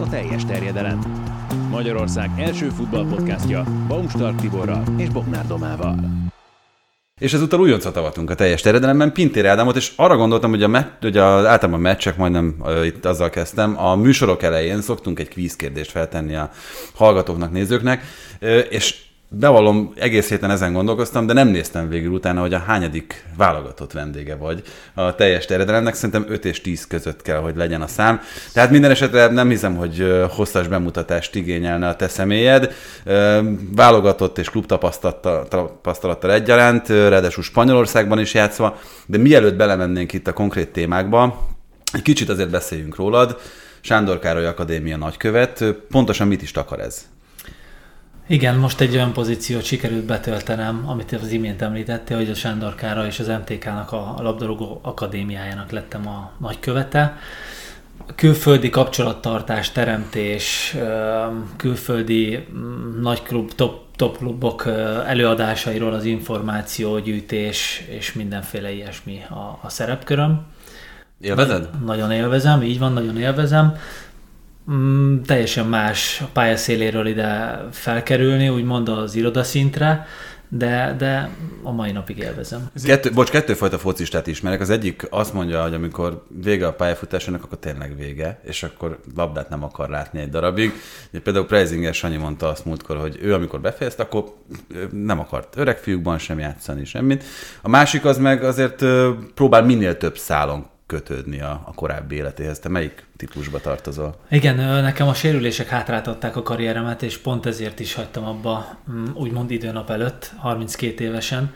a teljes terjedelem. Magyarország első futballpodcastja Baumstark Tiborral és Bognár Domával. És ezúttal újoncot avatunk a teljes terjedelemben, Pintér Ádámot, és arra gondoltam, hogy általában a meccsek, majdnem itt azzal kezdtem, a műsorok elején szoktunk egy kvízkérdést feltenni a hallgatóknak, nézőknek, és bevallom, egész héten ezen gondolkoztam, de nem néztem végül utána, hogy a hányadik válogatott vendége vagy a teljes terjedelemnek. Szerintem 5 és 10 között kell, hogy legyen a szám. Tehát minden esetre nem hiszem, hogy hosszas bemutatást igényelne a te személyed. Válogatott és klub tapasztalattal egyaránt, ráadásul Spanyolországban is játszva, de mielőtt belemennénk itt a konkrét témákba, egy kicsit azért beszéljünk rólad. Sándor Károly Akadémia nagykövet. Pontosan mit is takar ez? Igen, most egy olyan pozíciót sikerült betöltenem, amit az imént említettél, hogy a Sándor Károly és az MTK-nak a labdarúgó akadémiájának lettem a nagykövete. Külföldi kapcsolattartás, teremtés, külföldi nagyklub, top klubok előadásairól az információgyűjtés és mindenféle ilyesmi a szerepköröm. Élvezed? Nagyon élvezem, így van, nagyon élvezem. Teljesen más a pályaszéléről ide felkerülni, úgymond az irodaszintre, de a mai napig élvezem. Kettőfajta focistát ismerek. Az egyik azt mondja, hogy amikor vége a pályafutásának, akkor tényleg vége, és akkor labdát nem akar látni egy darabig. Például Preisinger Sanyi mondta azt múltkor, hogy ő amikor befejezte, akkor nem akart öreg fiúkban sem játszani, semmit. A másik az meg azért próbál minél több szálon kötődni a korábbi életéhez. Te melyik típusba tartozol? Igen, nekem a sérülések hátráltatták a karrieremet, és pont ezért is hagytam abba, úgymond időnap előtt, 32 évesen.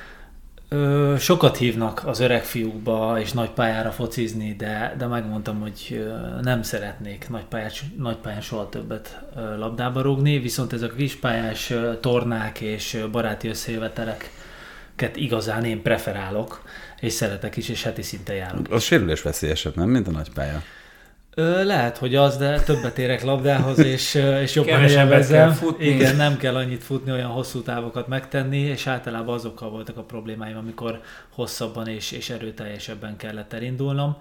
Sokat hívnak az öreg fiúkba és nagy pályára focizni, de megmondtam, hogy nem szeretnék nagy pályán soha többet labdába rúgni, viszont ezek a kispályás tornák és baráti összejöveteleket igazán én preferálok, és szeretek is, és heti szinten járok. Az sérülés veszélyesebb, nem, mint a nagypálya? Lehet, hogy az, de többet érek labdához, és jobban élvezem. Igen, nem kell annyit futni, olyan hosszú távokat megtenni, és általában azokkal voltak a problémáim, amikor hosszabban és erőteljesebben kellett elindulnom.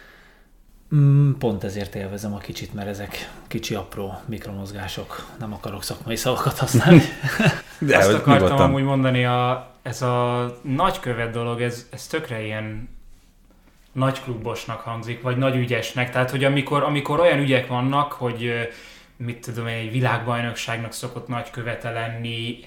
Pont ezért élvezem a kicsit, mert ezek kicsi, apró mikromozgások. Nem akarok szakmai szavakat használni. De azt akartam amúgy mondani, ez a nagykövet dolog, ez tökre ilyen nagyklubosnak hangzik, vagy nagyügyesnek. Tehát, hogy amikor olyan ügyek vannak, hogy mit tudom, egy világbajnokságnak szokott nagykövete lenni,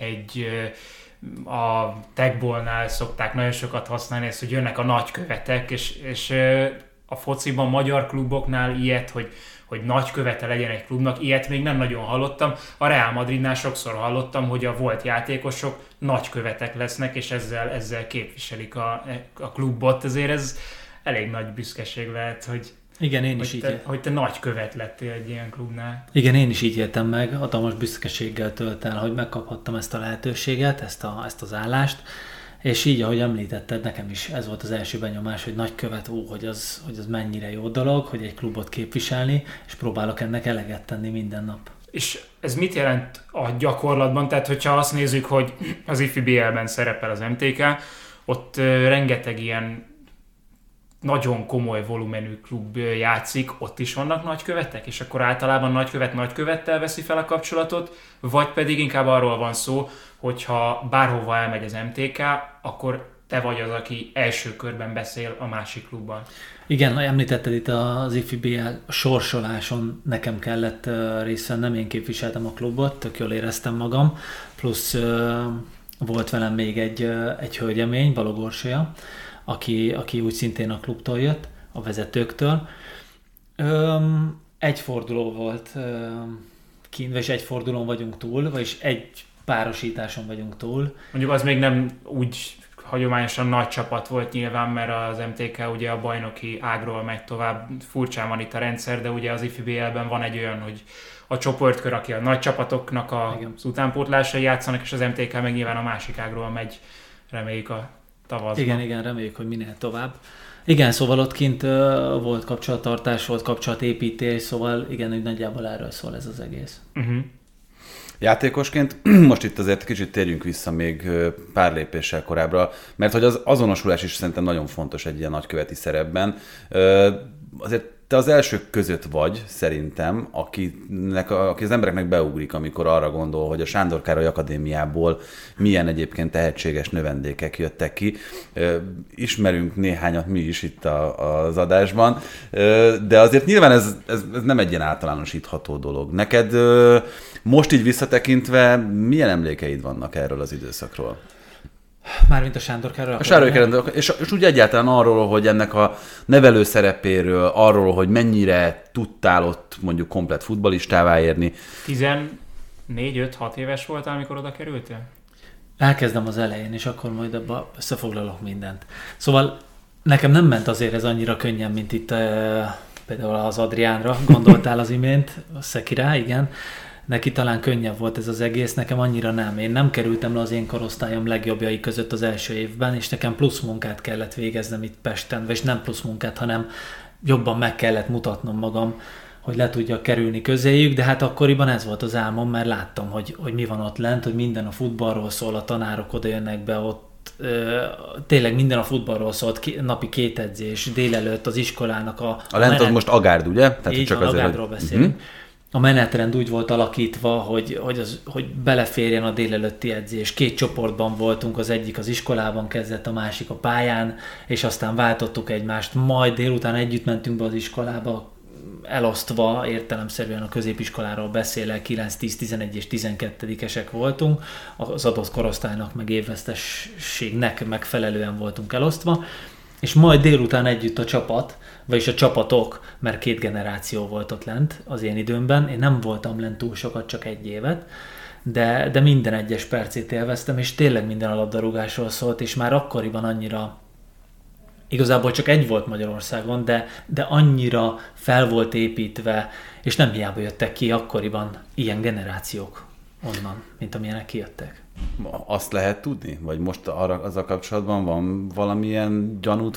a Techballnál szokták nagyon sokat használni ezt, hogy jönnek a nagykövetek, és a fociban, magyar kluboknál ilyet, hogy nagykövete legyen egy klubnak, ilyet még nem nagyon hallottam. A Real Madridnál sokszor hallottam, hogy a volt játékosok nagykövetek lesznek, és ezzel képviselik a klubot. Ezért ez elég nagy büszkeség lehet, hogy te nagykövet lettél egy ilyen klubnál. Igen, én is így éltem meg, hatalmas büszkeséggel tölt el, hogy megkaphattam ezt a lehetőséget, ezt az állást, és így, ahogy említetted, nekem is ez volt az első benyomás, hogy nagykövet, hogy az mennyire jó dolog, hogy egy klubot képviselni, és próbálok ennek eleget tenni minden nap. És ez mit jelent a gyakorlatban? Tehát, hogyha azt nézzük, hogy az IFBL-ben szerepel az MTK, ott rengeteg ilyen nagyon komoly volumenű klub játszik, ott is vannak nagykövetek, és akkor általában nagykövettel veszi fel a kapcsolatot, vagy pedig inkább arról van szó, hogyha bárhova elmegy az MTK, akkor te vagy az, aki első körben beszél a másik klubban. Igen, említetted itt az IFBL sorsoláson nekem kellett részt vennem, én képviseltem a klubot, tök jól éreztem magam, plusz volt velem még egy hölgyemény, Balog Orsolya, aki úgy szintén a klubtól jött, a vezetőktől. Egy forduló volt kint, és egy fordulón vagyunk túl, vagyis egy párosításon vagyunk túl. Mondjuk az még nem úgy hagyományosan nagy csapat volt nyilván, mert az MTK ugye a bajnoki ágról megy tovább, furcsán van itt a rendszer, de ugye az IFBL-ben van egy olyan, hogy a csoportkör, aki a nagy csapatoknak az utánpótlásai játszanak, és az MTK meg nyilván a másik ágról megy, reméljük a tavaszban. Igen, reméljük, hogy minél tovább. Igen, szóval ott kint volt kapcsolattartás, volt kapcsolatépítés, szóval igen, hogy nagyjából erről szól ez az egész. Uh-huh. Játékosként most itt azért kicsit térjünk vissza még pár lépéssel korábbra, mert hogy az azonosulás is szerintem nagyon fontos egy ilyen nagyköveti szerepben. Azért te az elsők között vagy, szerintem, aki az embereknek beugrik, amikor arra gondol, hogy a Sándor Károly Akadémiából milyen egyébként tehetséges növendékek jöttek ki. Ismerünk néhányat mi is itt az adásban, de azért nyilván ez nem egy ilyen általánosítható dolog. Neked most így visszatekintve milyen emlékeid vannak erről az időszakról? Mármint a Sándor Károly. A Sándor Károly, és úgy egyáltalán arról, hogy ennek a nevelő szerepéről, arról, hogy mennyire tudtál ott mondjuk komplett futballistává érni. 14-5-6 éves voltál, amikor oda kerültél? Elkezdem az elején, és akkor majd abba összefoglalok mindent. Szóval nekem nem ment azért ez annyira könnyen, mint itt például az Adriánra gondoltál az imént, a Szekirá, igen. Neki talán könnyebb volt ez az egész, nekem annyira nem. Én nem kerültem le az én korosztályom legjobbjai között az első évben, és nekem plusz munkát kellett végeznem itt Pesten, vagy nem plusz munkát, hanem jobban meg kellett mutatnom magam, hogy le tudjak kerülni közéjük, de hát akkoriban ez volt az álmom, mert láttam, hogy mi van ott lent, hogy minden a futballról szól, a tanárok oda jönnek be, ott tényleg minden a futballról szólt, napi 2 edzés, délelőtt az iskolának a lent az most Agárd, ugye? Tehát így csak van, azért, Agárdról beszélünk. A menetrend úgy volt alakítva, hogy beleférjen a délelőtti edzés. 2 csoportban voltunk, az egyik az iskolában kezdett, a másik a pályán, és aztán váltottuk egymást. Majd délután együtt mentünk be az iskolába, elosztva, értelemszerűen a középiskoláról beszélek, 9, 10, 11 és 12-esek voltunk, az adott korosztálynak meg évvesztességnek megfelelően voltunk elosztva, és majd délután együtt a csapat, vagyis a csapatok, mert 2 generáció volt ott lent az én időmben, én nem voltam lent túl sokat, csak 1 évet, de minden egyes percét élveztem, és tényleg minden a labdarúgásról szólt, és már akkoriban annyira, igazából csak 1 volt Magyarországon, de annyira fel volt építve, és nem hiába jöttek ki akkoriban ilyen generációk onnan, mint amilyenek kijöttek. Azt lehet tudni? Vagy most azzal kapcsolatban van valamilyen gyanút,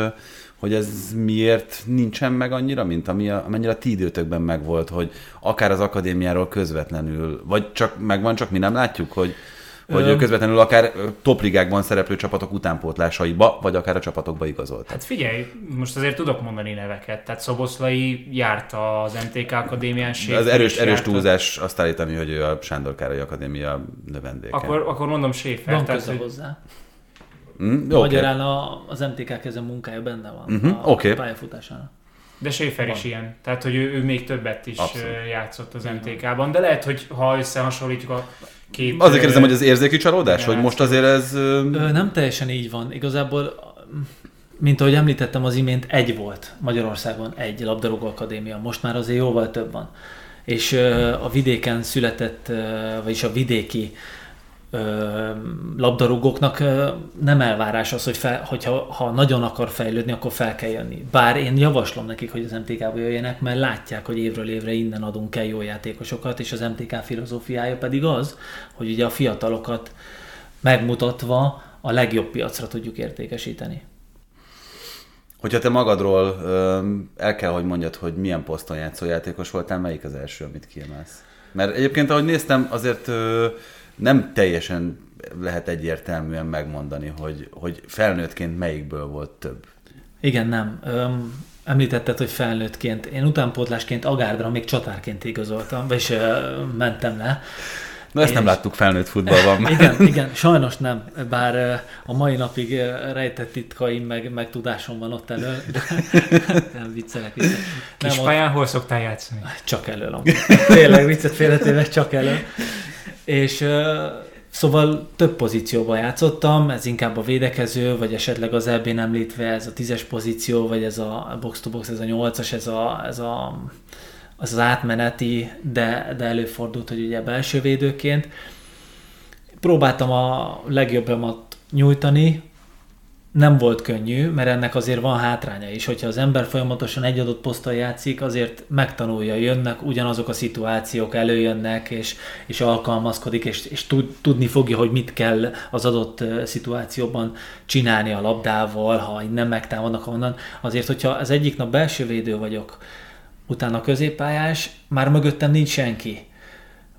hogy ez miért nincsen meg annyira, mint amennyire a ti időtökben megvolt, hogy akár az akadémiáról közvetlenül, vagy csak megvan, csak mi nem látjuk, hogy közvetlenül akár topligákban szereplő csapatok utánpótlásaiba, vagy akár a csapatokba igazolt. Hát figyelj, most azért tudok mondani neveket. Tehát Szoboszlai járt az MTK Akadémián. Az erős túlzás azt állítani, hogy ő a Sándor Károly Akadémia növendéke. Akkor mondom Schäfer. Van köze hozzá. Magyarán az MTK ezen munkája benne van a pályafutásának. De Schäfer is ilyen. Tehát, hogy ő még többet is játszott az MTK-ban. De lehet, hogy ha összehasonlítjuk a 2... Azért kérdezem, hogy az érzéki csalódás, hogy most azért ez... Nem teljesen így van. Igazából, mint ahogy említettem az imént, 1 volt Magyarországon, 1 labdarúgó akadémia. Most már azért jóval több van. És a vidéken született, vagyis a vidéki labdarúgóknak nem elvárás az, hogy ha nagyon akar fejlődni, akkor fel kell jönni. Bár én javaslom nekik, hogy az MTK-ba jöjjenek, mert látják, hogy évről évre innen adunk el jó játékosokat, és az MTK filozófiája pedig az, hogy ugye a fiatalokat megmutatva a legjobb piacra tudjuk értékesíteni. Hogyha te magadról el kell, hogy mondjad, hogy milyen poszton játszó játékos voltál, melyik az első, amit kiemelsz? Mert egyébként, ahogy néztem, azért nem teljesen lehet egyértelműen megmondani, hogy felnőttként melyikből volt több. Igen, nem. Említetted, hogy felnőttként. Én utánpótlásként Agárdra még csatárként igazoltam, vagyis mentem le. Na ezt nem láttuk felnőtt futballban. Igen, sajnos nem. Bár a mai napig rejtett titkaim, meg tudásom van ott elől. Nem viccelek. Kispályán hol szoktál játszani? Csak elől. Tényleg viccet félretéve, csak elől. És szóval több pozícióban játszottam, ez inkább a védekező, vagy esetleg az EB-n említve ez a 10-es pozíció, vagy ez a box-to-box, ez a 8-as, ez az átmeneti, de előfordult, hogy ugye belső védőként. Próbáltam a legjobbamat nyújtani, nem volt könnyű, mert ennek azért van hátránya is, hogyha az ember folyamatosan egy adott poszton játszik, azért megtanulja, jönnek ugyanazok a szituációk, előjönnek, és alkalmazkodik, és tudni fogja, hogy mit kell az adott szituációban csinálni a labdával, ha innen megtámadnak onnan. Azért, hogyha az egyik nap belső védő vagyok, utána középpályás, már mögöttem nincs senki.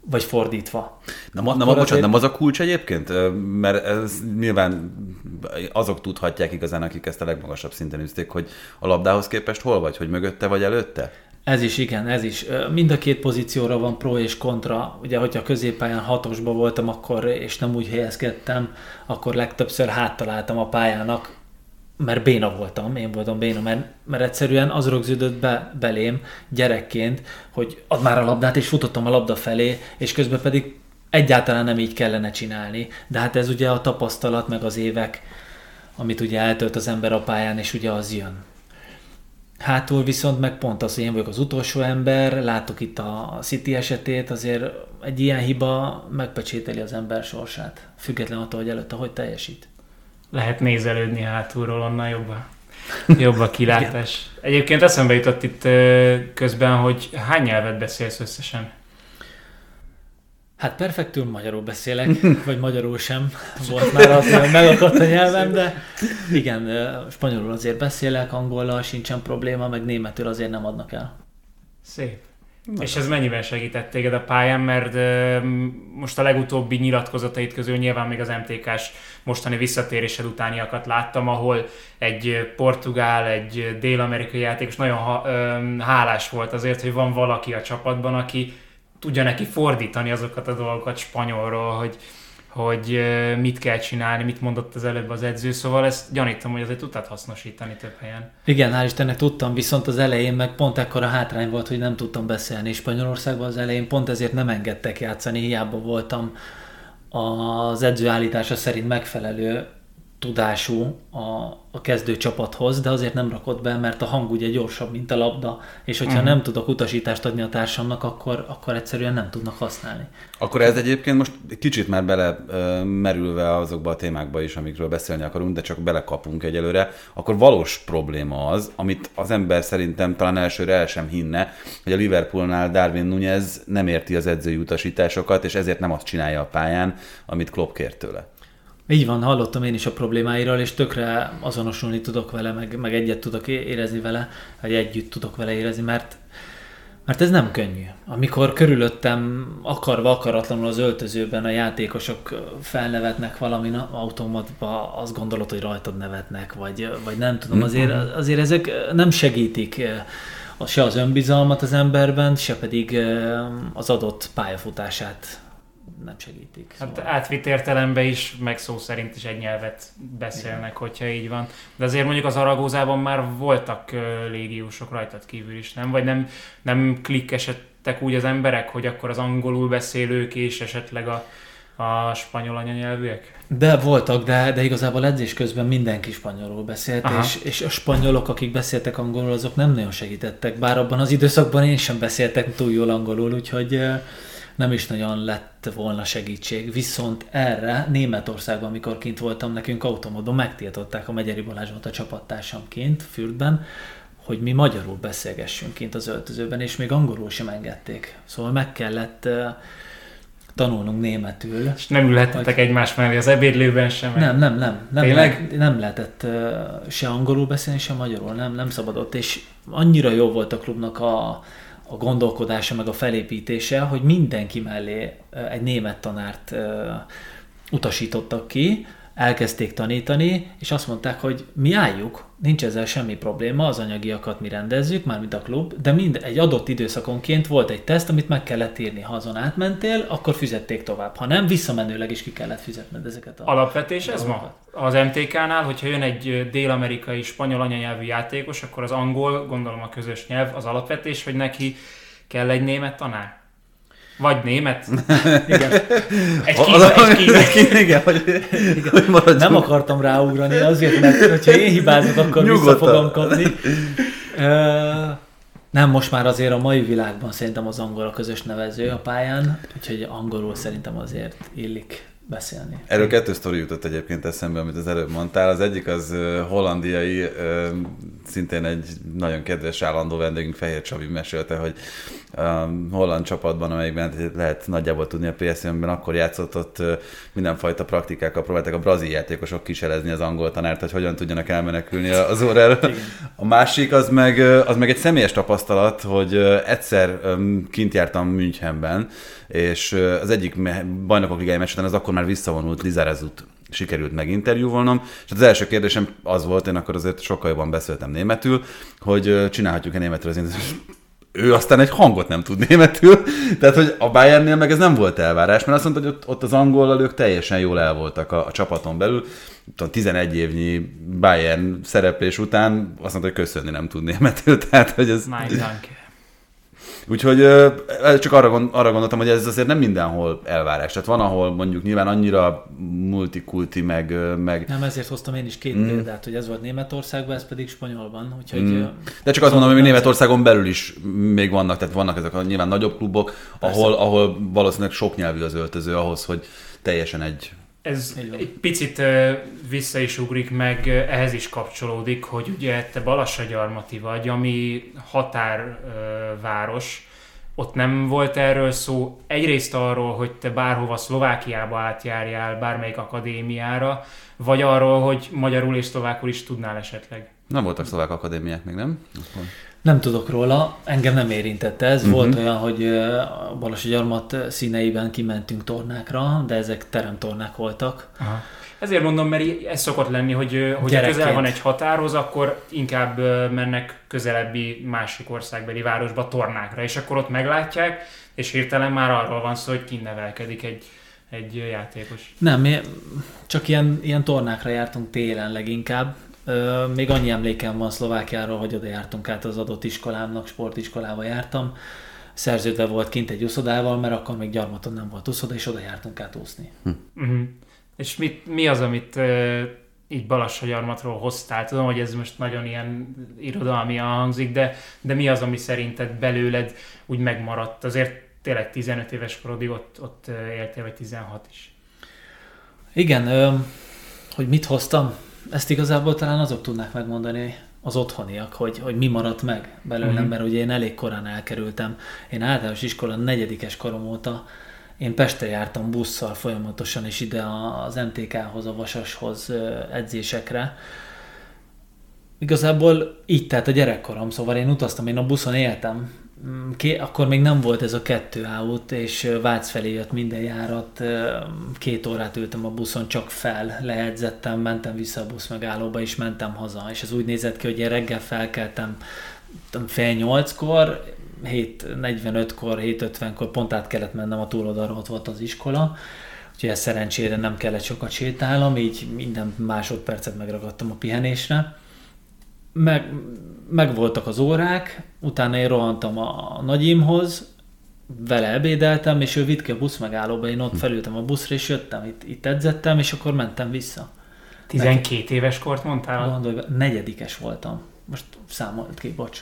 vagy fordítva. Nem az a kulcs egyébként? Mert ez nyilván azok tudhatják igazán, akik ezt a legmagasabb szinten üzték, hogy a labdához képest hol vagy, hogy mögötte vagy előtte? Ez is, igen, ez is. Mind a két pozícióra van pro és kontra. Ugye, hogyha középpályán 6-osba voltam akkor, és nem úgy helyezkedtem, akkor legtöbbször háttaláltam a pályának, mert béna voltam, én voltam béna, mert egyszerűen az rögződött belém gyerekként, hogy add már a labdát, és futottam a labda felé, és közben pedig egyáltalán nem így kellene csinálni. De hát ez ugye a tapasztalat, meg az évek, amit ugye eltölt az ember a pályán, és ugye az jön. Hátul viszont meg pont az, hogy én vagyok az utolsó ember, látok itt a City esetét, azért egy ilyen hiba megpecsételi az ember sorsát, független attól, hogy előtte hogy teljesít. Lehet nézelődni hátulról, onnan jobb a kilátás. Egyébként eszembe jutott itt közben, hogy hány nyelvet beszélsz összesen? Hát perfektül magyarul beszélek, vagy magyarul sem. Volt már az, hogy megakadt a nyelvem, de igen, spanyolul azért beszélek, angollal sincsen probléma, meg németül azért nem adnak el. Szép. És ez mennyiben segített téged a pályán, mert most a legutóbbi nyilatkozatait közül nyilván még az MTK-s mostani visszatérésed utániakat láttam, ahol egy portugál, egy dél-amerikai játékos nagyon hálás volt azért, hogy van valaki a csapatban, aki tudja neki fordítani azokat a dolgokat spanyolról, hogy mit kell csinálni, mit mondott az előbb az edző, szóval ezt gyanítom, hogy azért tudtad hasznosítani több helyen. Igen, hál' Istennek tudtam, viszont az elején meg pont ekkora hátrány volt, hogy nem tudtam beszélni Spanyolországban az elején, pont ezért nem engedtek játszani, hiába voltam az edző állítása szerint megfelelő tudású a kezdő csapathoz, de azért nem rakott be, mert a hang ugye gyorsabb, mint a labda, és hogyha nem tudok utasítást adni a társamnak, akkor egyszerűen nem tudnak használni. Akkor ez egyébként most kicsit már bele merülve azokba a témákba is, amikről beszélni akarunk, de csak belekapunk egyelőre, akkor valós probléma az, amit az ember szerintem talán elsőre el sem hinne, hogy a Liverpoolnál Darwin Núñez nem érti az edzői utasításokat, és ezért nem azt csinálja a pályán, amit Klopp kért tőle. Így van, hallottam én is a problémáiról, és tökre azonosulni tudok vele, meg egyet tudok érezni vele, vagy együtt tudok vele érezni, mert ez nem könnyű. Amikor körülöttem akarva, akaratlanul az öltözőben a játékosok felnevetnek valamin automatba, azt gondolod, hogy rajtad nevetnek, vagy nem tudom, azért ezek nem segítik se az önbizalmat az emberben, se pedig az adott pályafutását nem segítik. Szóval. Hát átvitt értelemben is, meg szó szerint is egy nyelvet beszélnek, hogyha így van. De azért mondjuk az Aragózában már voltak légiósok rajtad kívül is, nem? Vagy nem klikkesedtek úgy az emberek, hogy akkor az angolul beszélők és esetleg a spanyol anyanyelvűek? De voltak, de igazából edzés közben mindenki spanyolul beszélt, és a spanyolok, akik beszéltek angolul, azok nem nagyon segítettek, bár abban az időszakban én sem beszéltek túl jól angolul, úgyhogy nem is nagyon lett volna segítség. Viszont erre Németországban, amikor kint voltam, nekünk automódon megtiltották, a Megyeri Balázs volt a csapattársamként Fürdben, hogy mi magyarul beszélgessünk kint az öltözőben, és még angolul sem engedték. Szóval meg kellett tanulnunk németül. És nem ülhettetek egymás mellé az ebédlőben sem? Nem lehetett se angolul beszélni, se magyarul, nem szabadott, és annyira jó volt a klubnak a gondolkodása, meg a felépítése, hogy mindenki mellé egy német tanárt utasítottak ki, elkezdték tanítani, és azt mondták, hogy mi álljuk, nincs ezzel semmi probléma, az anyagiakat mi rendezzük, mármint a klub, de egy adott időszakonként volt egy teszt, amit meg kellett írni. Ha azon átmentél, akkor fizették tovább. Ha nem, visszamenőleg is ki kellett fizetned ezeket a... Alapvetés ez ma? Az MTK-nál, hogyha jön egy dél-amerikai, spanyol anyanyelvű játékos, akkor az angol, gondolom a közös nyelv, az alapvetés, hogy neki kell egy német tanár? Vagy német? Igen. Egy kín. Igen, hogy nem akartam ráugrani azért, mert hogyha én hibázok, akkor vissza fogom kapni. Nem, most már azért a mai világban szerintem az angol a közös nevező a pályán, úgyhogy angolul szerintem azért illik beszélni. Erről 2 sztori jutott egyébként eszembe, amit az előbb mondtál. Az egyik az hollandiai, szintén egy nagyon kedves állandó vendégünk, Fehér Csabi mesélte, hogy a holland csapatban, amelyikben lehet nagyjából tudni a PSV-ben, akkor játszott, ott mindenfajta praktikákkal próbálták a brazil játékosok kísérlezni az angol tanárt, hogy hogyan tudjanak elmenekülni az órára. A másik az meg egy személyes tapasztalat, hogy egyszer kint jártam Münchenben, és az egyik bajnokok ligája meccs után az akkor már visszavonult Lizarezut sikerült meginterjúvolnom, és az első kérdésem az volt, én akkor azért sokkal jobban beszéltem németül, hogy csinálhatjuk-e németül az interjút. Ő aztán egy hangot nem tud németül, tehát hogy a Bayernnél meg ez nem volt elvárás, mert azt mondta, hogy ott az angollal ők teljesen jól el voltak a csapaton belül. 11 évnyi Bayern szereplés után azt mondta, hogy köszönni nem tud németül, tehát hogy ez... Úgyhogy csak arra gondoltam, hogy ez azért nem mindenhol elvárás. Tehát van, ahol mondjuk nyilván annyira multikulti, meg... Nem, ezért hoztam én is 2 példát, hogy ez volt Németországban, ez pedig Spanyolban. Úgyhogy, De csak azt mondom, hogy Németországon belül is még vannak, tehát vannak ezek a nyilván nagyobb klubok, ahol valószínűleg sok nyelvű az öltöző ahhoz, hogy teljesen egy... Ez egy picit vissza is ugrik, meg ehhez is kapcsolódik, hogy ugye te Balassagyarmati vagy, ami határváros, ott nem volt erről szó. Egyrészt arról, hogy te bárhova Szlovákiába átjárjál, bármelyik akadémiára, vagy arról, hogy magyarul és szlovákul is tudnál esetleg. Nem voltak szlovák akadémiák még, nem? Nem tudok róla, engem nem érintette ez. Volt olyan, hogy a Balassagyarmat színeiben kimentünk tornákra, de ezek teremtornák voltak. Aha. Ezért mondom, mert ez szokott lenni, hogy közel van egy határhoz, akkor inkább mennek közelebbi másik országbeli városba tornákra, és akkor ott meglátják, és hirtelen már arról van szó, hogy kint nevelkedik egy játékos. Nem, csak ilyen tornákra jártunk télen leginkább. Még annyi emlékem van Szlovákiáról, hogy oda jártunk át az adott iskolámnak, sportiskolába jártam. Szerződve volt kint egy úszodával, mert akkor még Gyarmaton nem volt úszoda, és oda jártunk át úszni. És mi az, amit így Balassagyarmatról hoztál? Tudom, hogy ez most nagyon ilyen irodalmian hangzik, de mi az, ami szerinted belőled úgy megmaradt? Azért tényleg 15 éves korodig ott éltél, vagy 16 is. Igen, hogy mit hoztam? Ezt igazából talán azok tudnák megmondani, az otthoniak, hogy mi maradt meg belőlem, mert ugye én elég korán elkerültem. Én általános iskola 4. korom óta én Pestre jártam busszal folyamatosan, és ide az MTK-hoz, a Vasashoz edzésekre. Igazából így telt a gyerekkorom, szóval én utaztam, én a buszon éltem. Akkor még nem volt ez a 2 út, és Vác felé jött minden járat, 2 órát ültem a buszon, csak fel, leedzettem, mentem vissza a buszmegállóba, és mentem haza. És ez úgy nézett ki, hogy én reggel felkeltem 7:30-kor, 7:45-kor, 7:50-kor pont át kellett mennem a túloldalra, ott volt az iskola. Úgyhogy ez szerencsére nem kellett sokat sétálnom, így minden másodpercet megragadtam a pihenésre. Meg voltak az órák, utána én rohantam a nagyimhoz, vele ebédeltem, és ő vitt ki a buszmegállóba, én ott felültem a buszra, és jöttem, itt edzettem, és akkor mentem vissza. 12 éves kort mondtál? Gondolj, 4. voltam. Most számolt ki, bocs.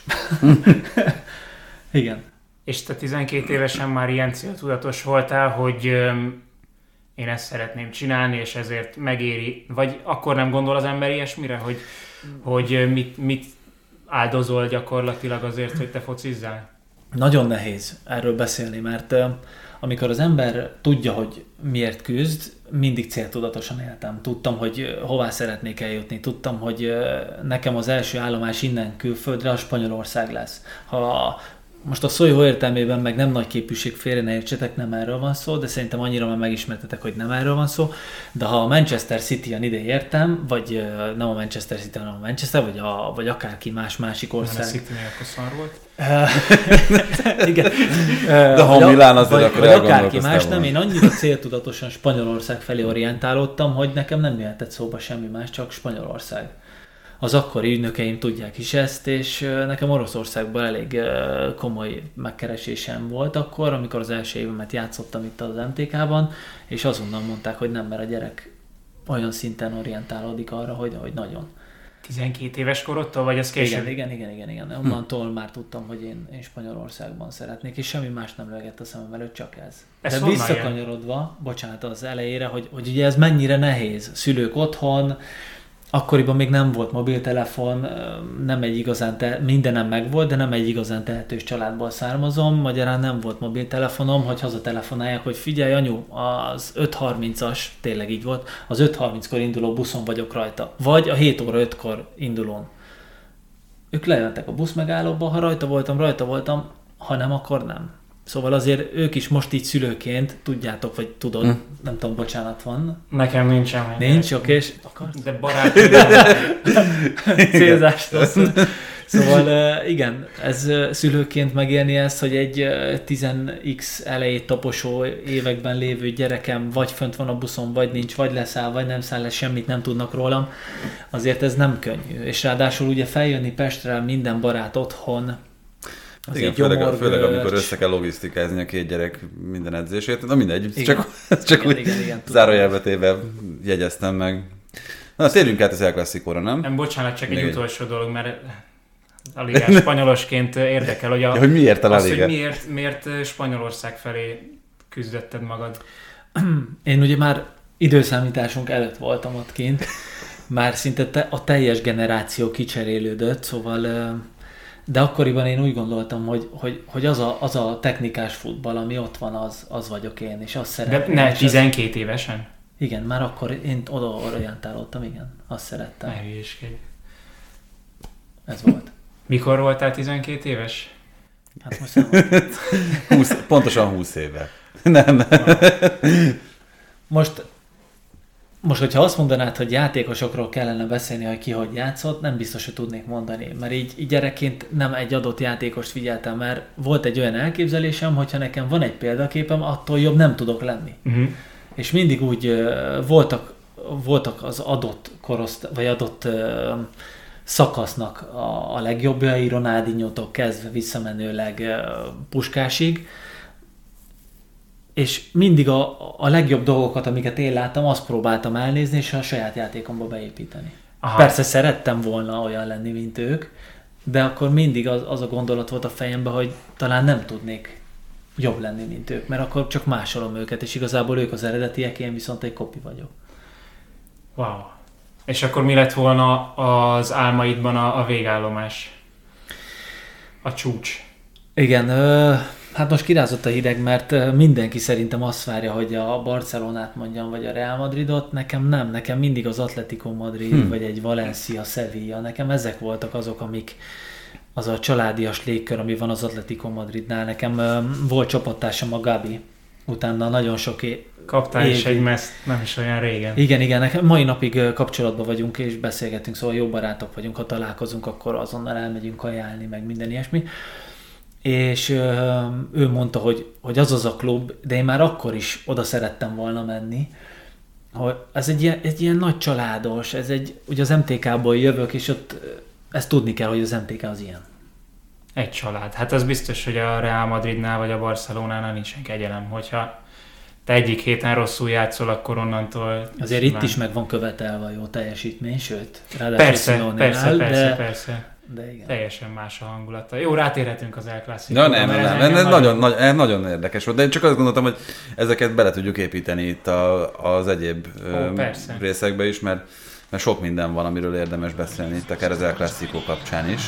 Igen. És te 12 évesen már ilyen céltudatos voltál, hogy én ezt szeretném csinálni, és ezért megéri, vagy akkor nem gondol az ember ilyesmire, hogy mit áldozol gyakorlatilag azért, hogy te focizzál? Nagyon nehéz erről beszélni, mert amikor az ember tudja, hogy miért küzd, mindig céltudatosan éltem. Tudtam, hogy hová szeretnék eljutni. Tudtam, hogy nekem az első állomás innen külföldre a Spanyolország lesz. Most a szó jó értelmében meg nem nagy képűség, félre ne értsetek, nem erről van szó, de szerintem annyira már megismertetek, hogy nem erről van szó. De ha a Manchester City-en ide értem, vagy nem a Manchester City, hanem a Manchester, vagy akárki másik ország. A City-nél akkor szar volt? Igen. De ha Milán azért akkor vagy akárki más, nem, én annyira céltudatosan Spanyolország felé orientálódtam, hogy nekem nem jöhetett szóba semmi más, csak Spanyolország. Az akkori ügynökeim tudják is ezt, és nekem Oroszországban elég komoly megkeresésem volt akkor, amikor az első évemet játszottam itt az MTK-ban, és azonnal mondták, hogy nem, mert a gyerek olyan szinten orientálódik arra, hogy nagyon. 12 éves korodtól, vagy ez később? Igen. Onnantól már tudtam, hogy én Spanyolországban szeretnék, és semmi más nem lögett a szemem előtt, csak ez. De visszakanyarodva, bocsánat, az elejére, hogy ugye ez mennyire nehéz. Szülők otthon, akkoriban még nem volt mobiltelefon, nem egy igazán, mindenem megvolt, de nem egy igazán tehetős családból származom, magyarán nem volt mobiltelefonom, hogy hazatelefonálják, hogy figyelj anyu, az 5:30-as, tényleg így volt, az 5:30-kor induló buszon vagyok rajta, vagy a 7 óra 5-kor indulón. Ők lejöttek a buszmegállóba, ha rajta voltam, ha nem, akkor nem. Szóval azért ők is most így szülőként tudjátok, vagy tudod, nem tudom, bocsánat van. Nekem nincsen. Nincs, oké, és akarsz? De barátom. Célzást az. Szóval igen, ez szülőként megélni ezt, hogy egy 10x elejét taposó években lévő gyerekem vagy fönt van a buszon, vagy nincs, vagy leszáll, vagy nem száll le, semmit nem tudnak rólam, azért ez nem könnyű. És ráadásul ugye feljönni Pestre minden barát otthon, igen, főleg amikor össze kell logisztikázni a két gyerek minden edzését. Na mindegy, igen. csak úgy zárójelbetéve jegyeztem meg. Na, térjünk át az El Clasicóra, nem? Nem, bocsánat, csak egy utolsó dolog, mert a ligás spanyolosként érdekel, hogy, hogy miért a La Liga? Hogy miért Spanyolország felé küzdötted magad? Én ugye már időszámításunk előtt voltam ott kint, már szinte a teljes generáció kicserélődött, szóval... De akkoriban én úgy gondoltam, hogy az a technikás futball, ami ott van, az vagyok én, és azt szeretném. De ne, 12 évesen? Igen, már akkor én oda orientálódtam, igen, azt szerettem. Ne hülyéskedj. Ez volt. Mikor voltál 12 éves? Hát most nem 20, pontosan 20 éve. Nem. Most, hogyha azt mondanád, hogy játékosokról kellene beszélni, hogy ki hogy játszott, nem biztos, hogy tudnék mondani. Mert így gyerekként nem egy adott játékost figyeltem, mert volt egy olyan elképzelésem, hogyha nekem van egy példaképem, attól jobb nem tudok lenni. Uh-huh. És mindig úgy voltak az adott vagy adott szakasznak a legjobbjai, Ronaldinho-tól kezdve visszamenőleg Puskásig, és mindig a legjobb dolgokat, amiket én láttam, azt próbáltam elnézni, és a saját játékomba beépíteni. Aha. Persze szerettem volna olyan lenni, mint ők, de akkor mindig az a gondolat volt a fejemben, hogy talán nem tudnék jobb lenni, mint ők, mert akkor csak másolom őket, és igazából ők az eredetiek, én viszont egy kopi vagyok. Wow. És akkor mi lett volna az álmaidban a végállomás? A csúcs? Igen, hát most kirázott a hideg, mert mindenki szerintem azt várja, hogy a Barcelonát mondjam, vagy a Real Madridot, nekem nem, nekem mindig az Atletico Madrid, vagy egy Valencia, Sevilla, nekem ezek voltak azok, amik az a családias légkör, ami van az Atletico Madridnál. Nekem volt csapattársam a Gabi, utána nagyon sok kaptál is egy meszt, nem is olyan régen. Igen, nekem mai napig kapcsolatban vagyunk, és beszélgetünk, szóval jó barátok vagyunk, ha találkozunk, akkor azonnal elmegyünk kajálni, meg minden ilyesmi. És ő mondta, hogy az a klub, de én már akkor is oda szerettem volna menni, hogy ez egy ilyen nagy családos, ugye az MTK-ból jövök, és ott ezt tudni kell, hogy az MTK az ilyen. Egy család. Hát az biztos, hogy a Real Madridnál vagy a Barcelonánál nincsen kegyelem, hogyha te egyik héten rosszul játszol, akkor onnantól... Azért itt is meg van követelve a jó teljesítmény, sőt, ráadásul persze. De igen. Teljesen más a hangulata. Jó, rátérhetünk az El Clasicóra. Nem. Ez nagyon érdekes volt. De én csak azt gondoltam, hogy ezeket bele tudjuk építeni itt az egyéb részekbe is, mert sok minden van, amiről érdemes beszélni itt, akár az El Clásico kapcsán is.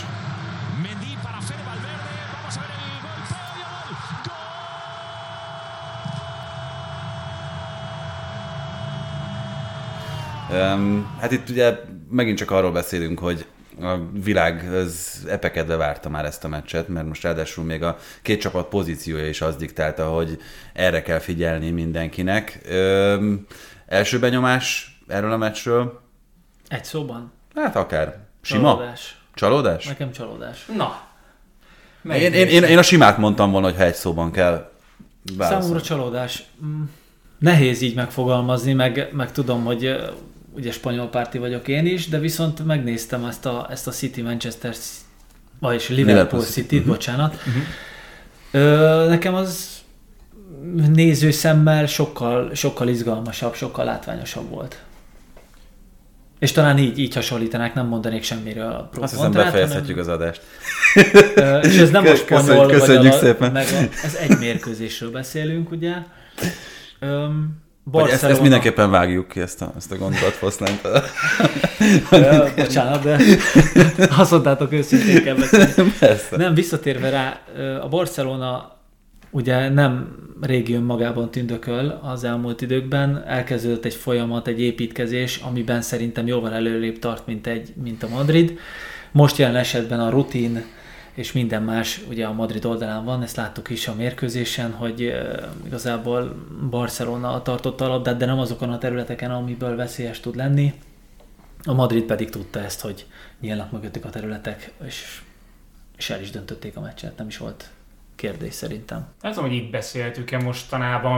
Hát itt ugye megint csak arról beszélünk, hogy a világ az epekedve várta már ezt a meccset, mert most ráadásul még a két csapat pozíciója is azt diktálta, hogy erre kell figyelni mindenkinek. Első benyomás erről a meccsről? Egy szóban? Hát akár. Sima? Csalódás? Nekem csalódás. Na. Én a simát mondtam volna, hogy ha egy szóban kell válaszolni. Számomra csalódás. Nehéz így megfogalmazni, meg tudom, hogy ugye spanyol párti vagyok én is, de viszont megnéztem ezt a City Manchester, vagyis Liverpool City-t, bocsánat. Nekem az nézőszemmel sokkal izgalmasabb, sokkal látványosabb volt. És talán így hasonlítanák, nem mondanék semmiről. Azt hiszem befejezhetjük az adást. És ez nem a spanyol, köszönjük szépen. Meg ez egy mérkőzésről beszélünk, ugye. Ezt mindenképpen vágjuk ki, ezt a gondolatfoszlányt. Bocsánat, de azt mondtátok, őszintén kell beszélni. Nem, visszatérve rá, a Barcelona ugye nem régi önmagában tündököl az elmúlt időkben, elkezdődött egy folyamat, egy építkezés, amiben szerintem jóval előrébb tart, mint a Madrid. Most jelen esetben a rutin és minden más ugye a Madrid oldalán van, ezt láttuk is a mérkőzésen, hogy igazából Barcelona tartotta a labdát, de nem azokon a területeken, amiből veszélyes tud lenni. A Madrid pedig tudta ezt, hogy nyílnak mögöttük a területek, és el is döntötték a meccset, nem is volt kérdés szerintem. Nem tudom, hogy itt beszéltük-e mostanában,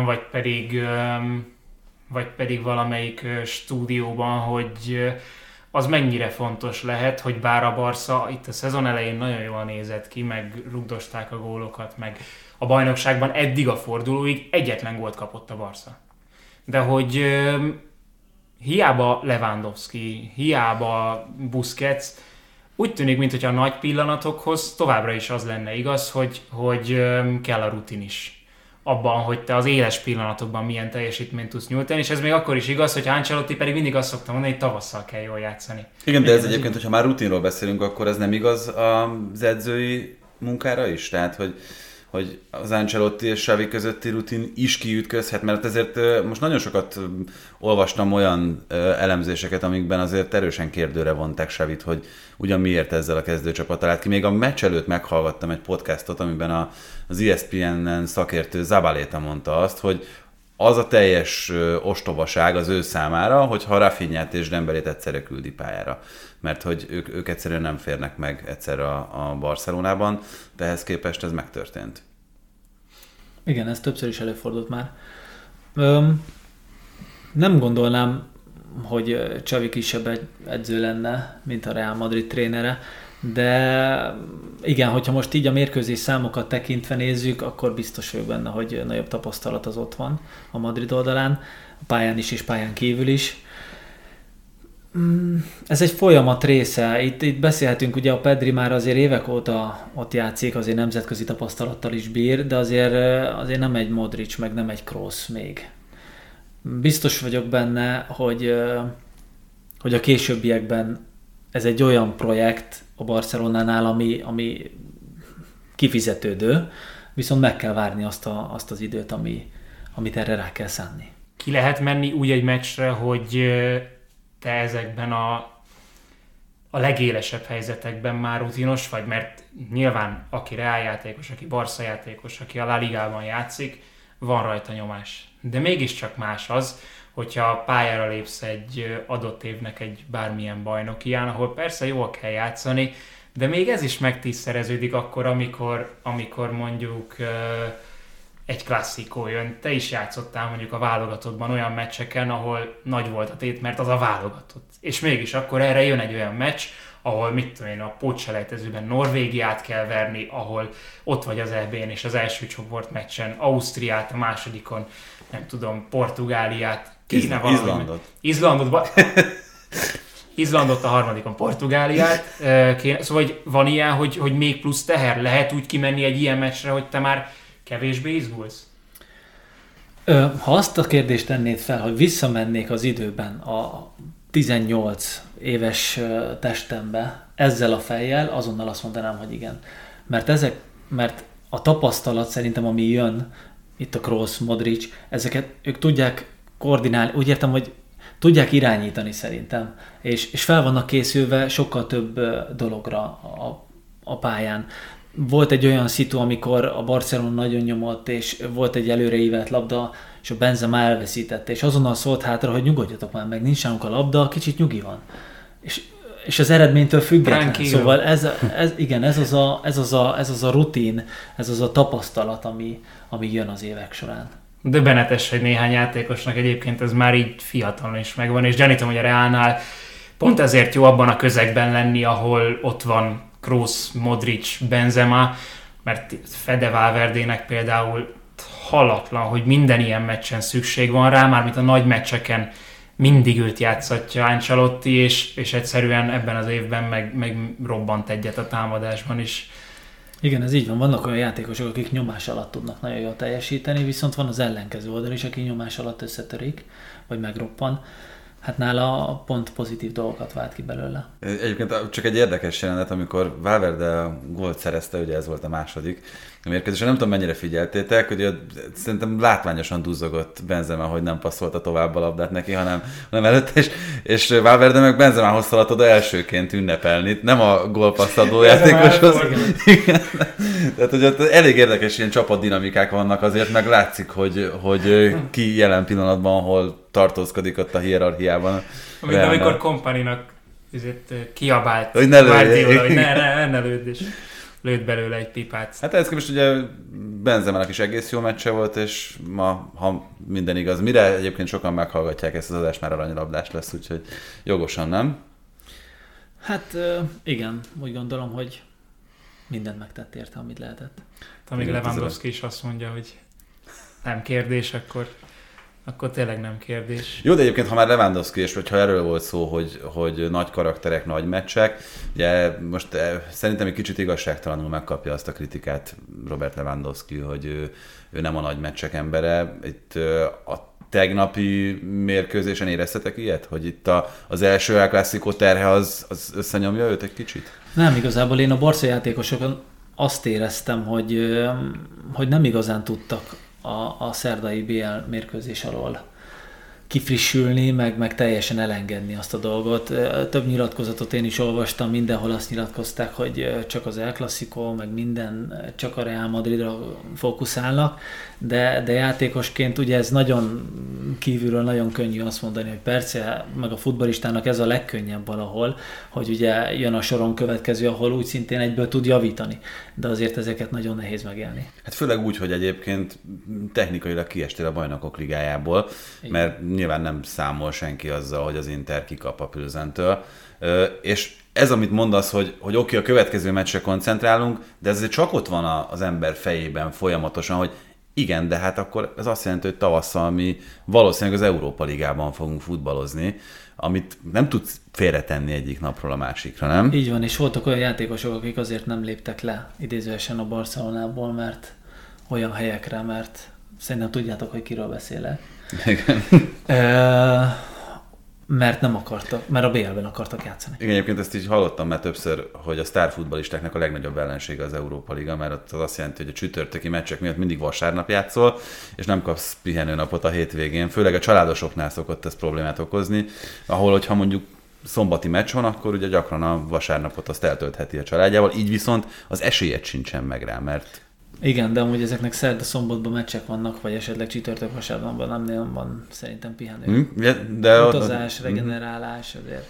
vagy pedig valamelyik stúdióban, hogy az mennyire fontos lehet, hogy bár a Barca itt a szezon elején nagyon jól nézett ki, meg rugdosták a gólokat, meg a bajnokságban eddig a fordulóig egyetlen gólt kapott a Barca. De hogy hiába Lewandowski, hiába Busquets, úgy tűnik, mintha a nagy pillanatokhoz továbbra is az lenne igaz, hogy kell a rutin is. Abban, hogy te az éles pillanatokban milyen teljesítményt tudsz nyújtani, és ez még akkor is igaz, hogy Ancelotti pedig mindig azt szokta mondani, hogy tavasszal kell jól játszani. Igen, de ez egyébként, hogyha már rutinról beszélünk, akkor ez nem igaz az edzői munkára is? Tehát, hogy az Ancelotti és Xavi közötti rutin is kiütközhet, mert ezért most nagyon sokat olvastam olyan elemzéseket, amikben azért erősen kérdőre vonták Xavit, hogy ugyan miért ezzel a kezdőcsapattal állt ki. Még a meccs előtt meghallgattam egy podcastot, amiben az ESPN-en szakértő Zabaleta mondta azt, hogy az a teljes ostobaság az ő számára, hogyha Rafinhát és Dembélét egyszerre küldi pályára. Mert hogy ők egyszerűen nem férnek meg egyszerre a Barcelonában, de ehhez képest ez megtörtént. Igen, ez többször is előfordult már. Nem gondolnám, hogy Xavi kisebb edző lenne, mint a Real Madrid trénere, de igen, hogyha most így a mérkőzés számokat tekintve nézzük, akkor biztos vagyok benne, hogy nagyobb tapasztalat az ott van a Madrid oldalán, a pályán is és pályán kívül is. Ez egy folyamat része. Itt beszélhetünk, ugye a Pedri már azért évek óta ott játszik, azért nemzetközi tapasztalattal is bír, de azért nem egy Modric, meg nem egy Kroos még. Biztos vagyok benne, hogy a későbbiekben ez egy olyan projekt a Barcelonánál, ami kifizetődő, viszont meg kell várni azt az időt, amit erre rá kell szánni. Ki lehet menni úgy egy meccsre, hogy te ezekben a legélesebb helyzetekben már rutinos vagy, mert nyilván aki Real játékos, aki Barca játékos, aki a La Ligában játszik, van rajta nyomás. De mégiscsak más az, hogyha pályára lépsz egy adott évnek egy bármilyen bajnokián, ahol persze jól kell játszani, de még ez is megtízszereződik akkor, amikor mondjuk egy klasszikó jön. Te is játszottál mondjuk a válogatottban olyan meccseken, ahol nagy volt a tét, mert az a válogatott. És mégis akkor erre jön egy olyan meccs, ahol mit tudom én, a pótselejtezőben Norvégiát kell verni, ahol ott vagy az EB-n és az első csoportmeccsen Ausztriát, a másodikon, nem tudom, Portugáliát, Izlandot, a harmadikon Portugáliát. Szóval van ilyen, hogy még plusz teher, lehet úgy kimenni egy ilyen meccsre, hogy te már kevésbé izgulsz? Ha azt a kérdést tennéd fel, hogy visszamennék az időben a 18 éves testembe ezzel a fejjel, azonnal azt mondanám, hogy igen. Mert a tapasztalat szerintem, ami jön, itt a Kroos, Modric, ezeket ők tudják koordinálni, úgy értem, hogy tudják irányítani szerintem, és fel vannak készülve sokkal több dologra a pályán. Volt egy olyan szitu, amikor a Barcelona nagyon nyomott, és volt egy előreívelt labda, és a Benzema elveszítette, és azonnal szólt hátra, hogy nyugodjatok már meg, nincs nálunk a labda, kicsit nyugi van. És az eredménytől független. Tranquilo. Szóval ez az a rutin, ez az a tapasztalat, ami jön az évek során. Döbbenetes, hogy néhány játékosnak egyébként ez már így fiatalon is megvan, és gyanítom, hogy a Realnál pont ezért jó abban a közegben lenni, ahol ott van Kroos, Modric, Benzema, mert Fede Valverdének például hallatlan, hogy minden ilyen meccsen szükség van rá, mármint a nagy meccseken mindig őt játszatja Ancelotti, és egyszerűen ebben az évben meg robbant egyet a támadásban is. Igen, ez így van. Vannak olyan játékosok, akik nyomás alatt tudnak nagyon jól teljesíteni, viszont van az ellenkező oldal is, aki nyomás alatt összetörik, vagy megroppan. Hát nála pont pozitív dolgokat vált ki belőle. Egyébként csak egy érdekes jelenet, amikor Valverde a gólt szerezte, ugye ez volt a második mérkőzés. Nem tudom, mennyire figyeltétek, hogy szerintem látványosan duzzogott Benzema, hogy nem passzolta tovább a labdát neki, hanem előtte, és Valverde meg Benzemához szaladt oda elsőként ünnepelni, nem a gólpasszadó játékoshoz. Tehát, hogy ott elég érdekes ilyen csapatdinamikák vannak azért, meg látszik, hogy ki jelen pillanatban, hol tartózkodik ott a hierarchiában. Amikor Kompanynak kiabált hogy ne Guardiola, hogy ne lőd, és lőtt belőle egy pipát. Hát ez képest ugye Benzemának is egész jó meccse volt, és ma, ha minden igaz, mire egyébként sokan meghallgatják ezt az adást, már aranylabdás lesz, úgyhogy jogosan, nem? Hát igen, úgy gondolom, hogy mindent megtett érte, amit lehetett. Amíg Lewandowski is azt mondja, hogy nem kérdés, akkor tényleg nem kérdés. Jó, de egyébként, ha már Lewandowski, és hogyha erről volt szó, hogy nagy karakterek, nagy meccsek, ugye most szerintem egy kicsit igazságtalanul megkapja azt a kritikát Robert Lewandowski, hogy ő nem a nagy meccsek embere. Itt a tegnapi mérkőzésen éreztetek ilyet? Hogy itt az első El Clásico terhe az összenyomja őt egy kicsit? Nem, igazából én a Barca játékosokon azt éreztem, hogy nem igazán tudtak a szerdai BL mérkőzés alól kifrissülni, meg teljesen elengedni azt a dolgot. Több nyilatkozatot én is olvastam, mindenhol azt nyilatkozták, hogy csak az El Clásico, meg minden, csak a Real Madridra fókuszálnak, de játékosként ugye ez nagyon kívülről nagyon könnyű azt mondani, hogy persze, meg a futballistának ez a legkönnyebb valahol, hogy ugye jön a soron következő, ahol úgy szintén egyből tud javítani, de azért ezeket nagyon nehéz megélni. Hát főleg úgy, hogy egyébként technikailag kiestél a Bajnokok Ligájából, mert nyilván nem számol senki azzal, hogy az Inter kikap a Pilsentől, és ez, amit mondasz, hogy oké, a következő meccsre koncentrálunk, de ez csak ott van az ember fejében folyamatosan, hogy igen, de hát akkor ez azt jelenti, hogy tavasszal mi valószínűleg az Európa Ligában fogunk futballozni, amit nem tudsz félretenni egyik napról a másikra, nem? Így van, és voltak olyan játékosok, akik azért nem léptek le idézőesen a Barcelonából, mert olyan helyekre, mert szerintem tudjátok, hogy kiről beszélek. Igen. Mert nem akartak, mert a BL-ben akartak játszani. Igen, egyébként ezt így hallottam már többször, hogy a sztárfutballistáknak a legnagyobb ellensége az Európa Liga, mert ott az azt jelenti, hogy a csütörtöki meccsek miatt mindig vasárnap játszol, és nem kapsz pihenőnapot a hétvégén. Főleg a családosoknál szokott ez problémát okozni, ahol, hogyha mondjuk szombati meccs van, akkor ugye gyakran a vasárnapot azt eltöltheti a családjával, így viszont az esélyed sincsen meg rá, mert... Igen, de amúgy ezeknek szerda-szombatban meccsek vannak, vagy esetleg csütörtök-vasárnapban nem van szerintem pihenő. De utazás, regenerálás, azért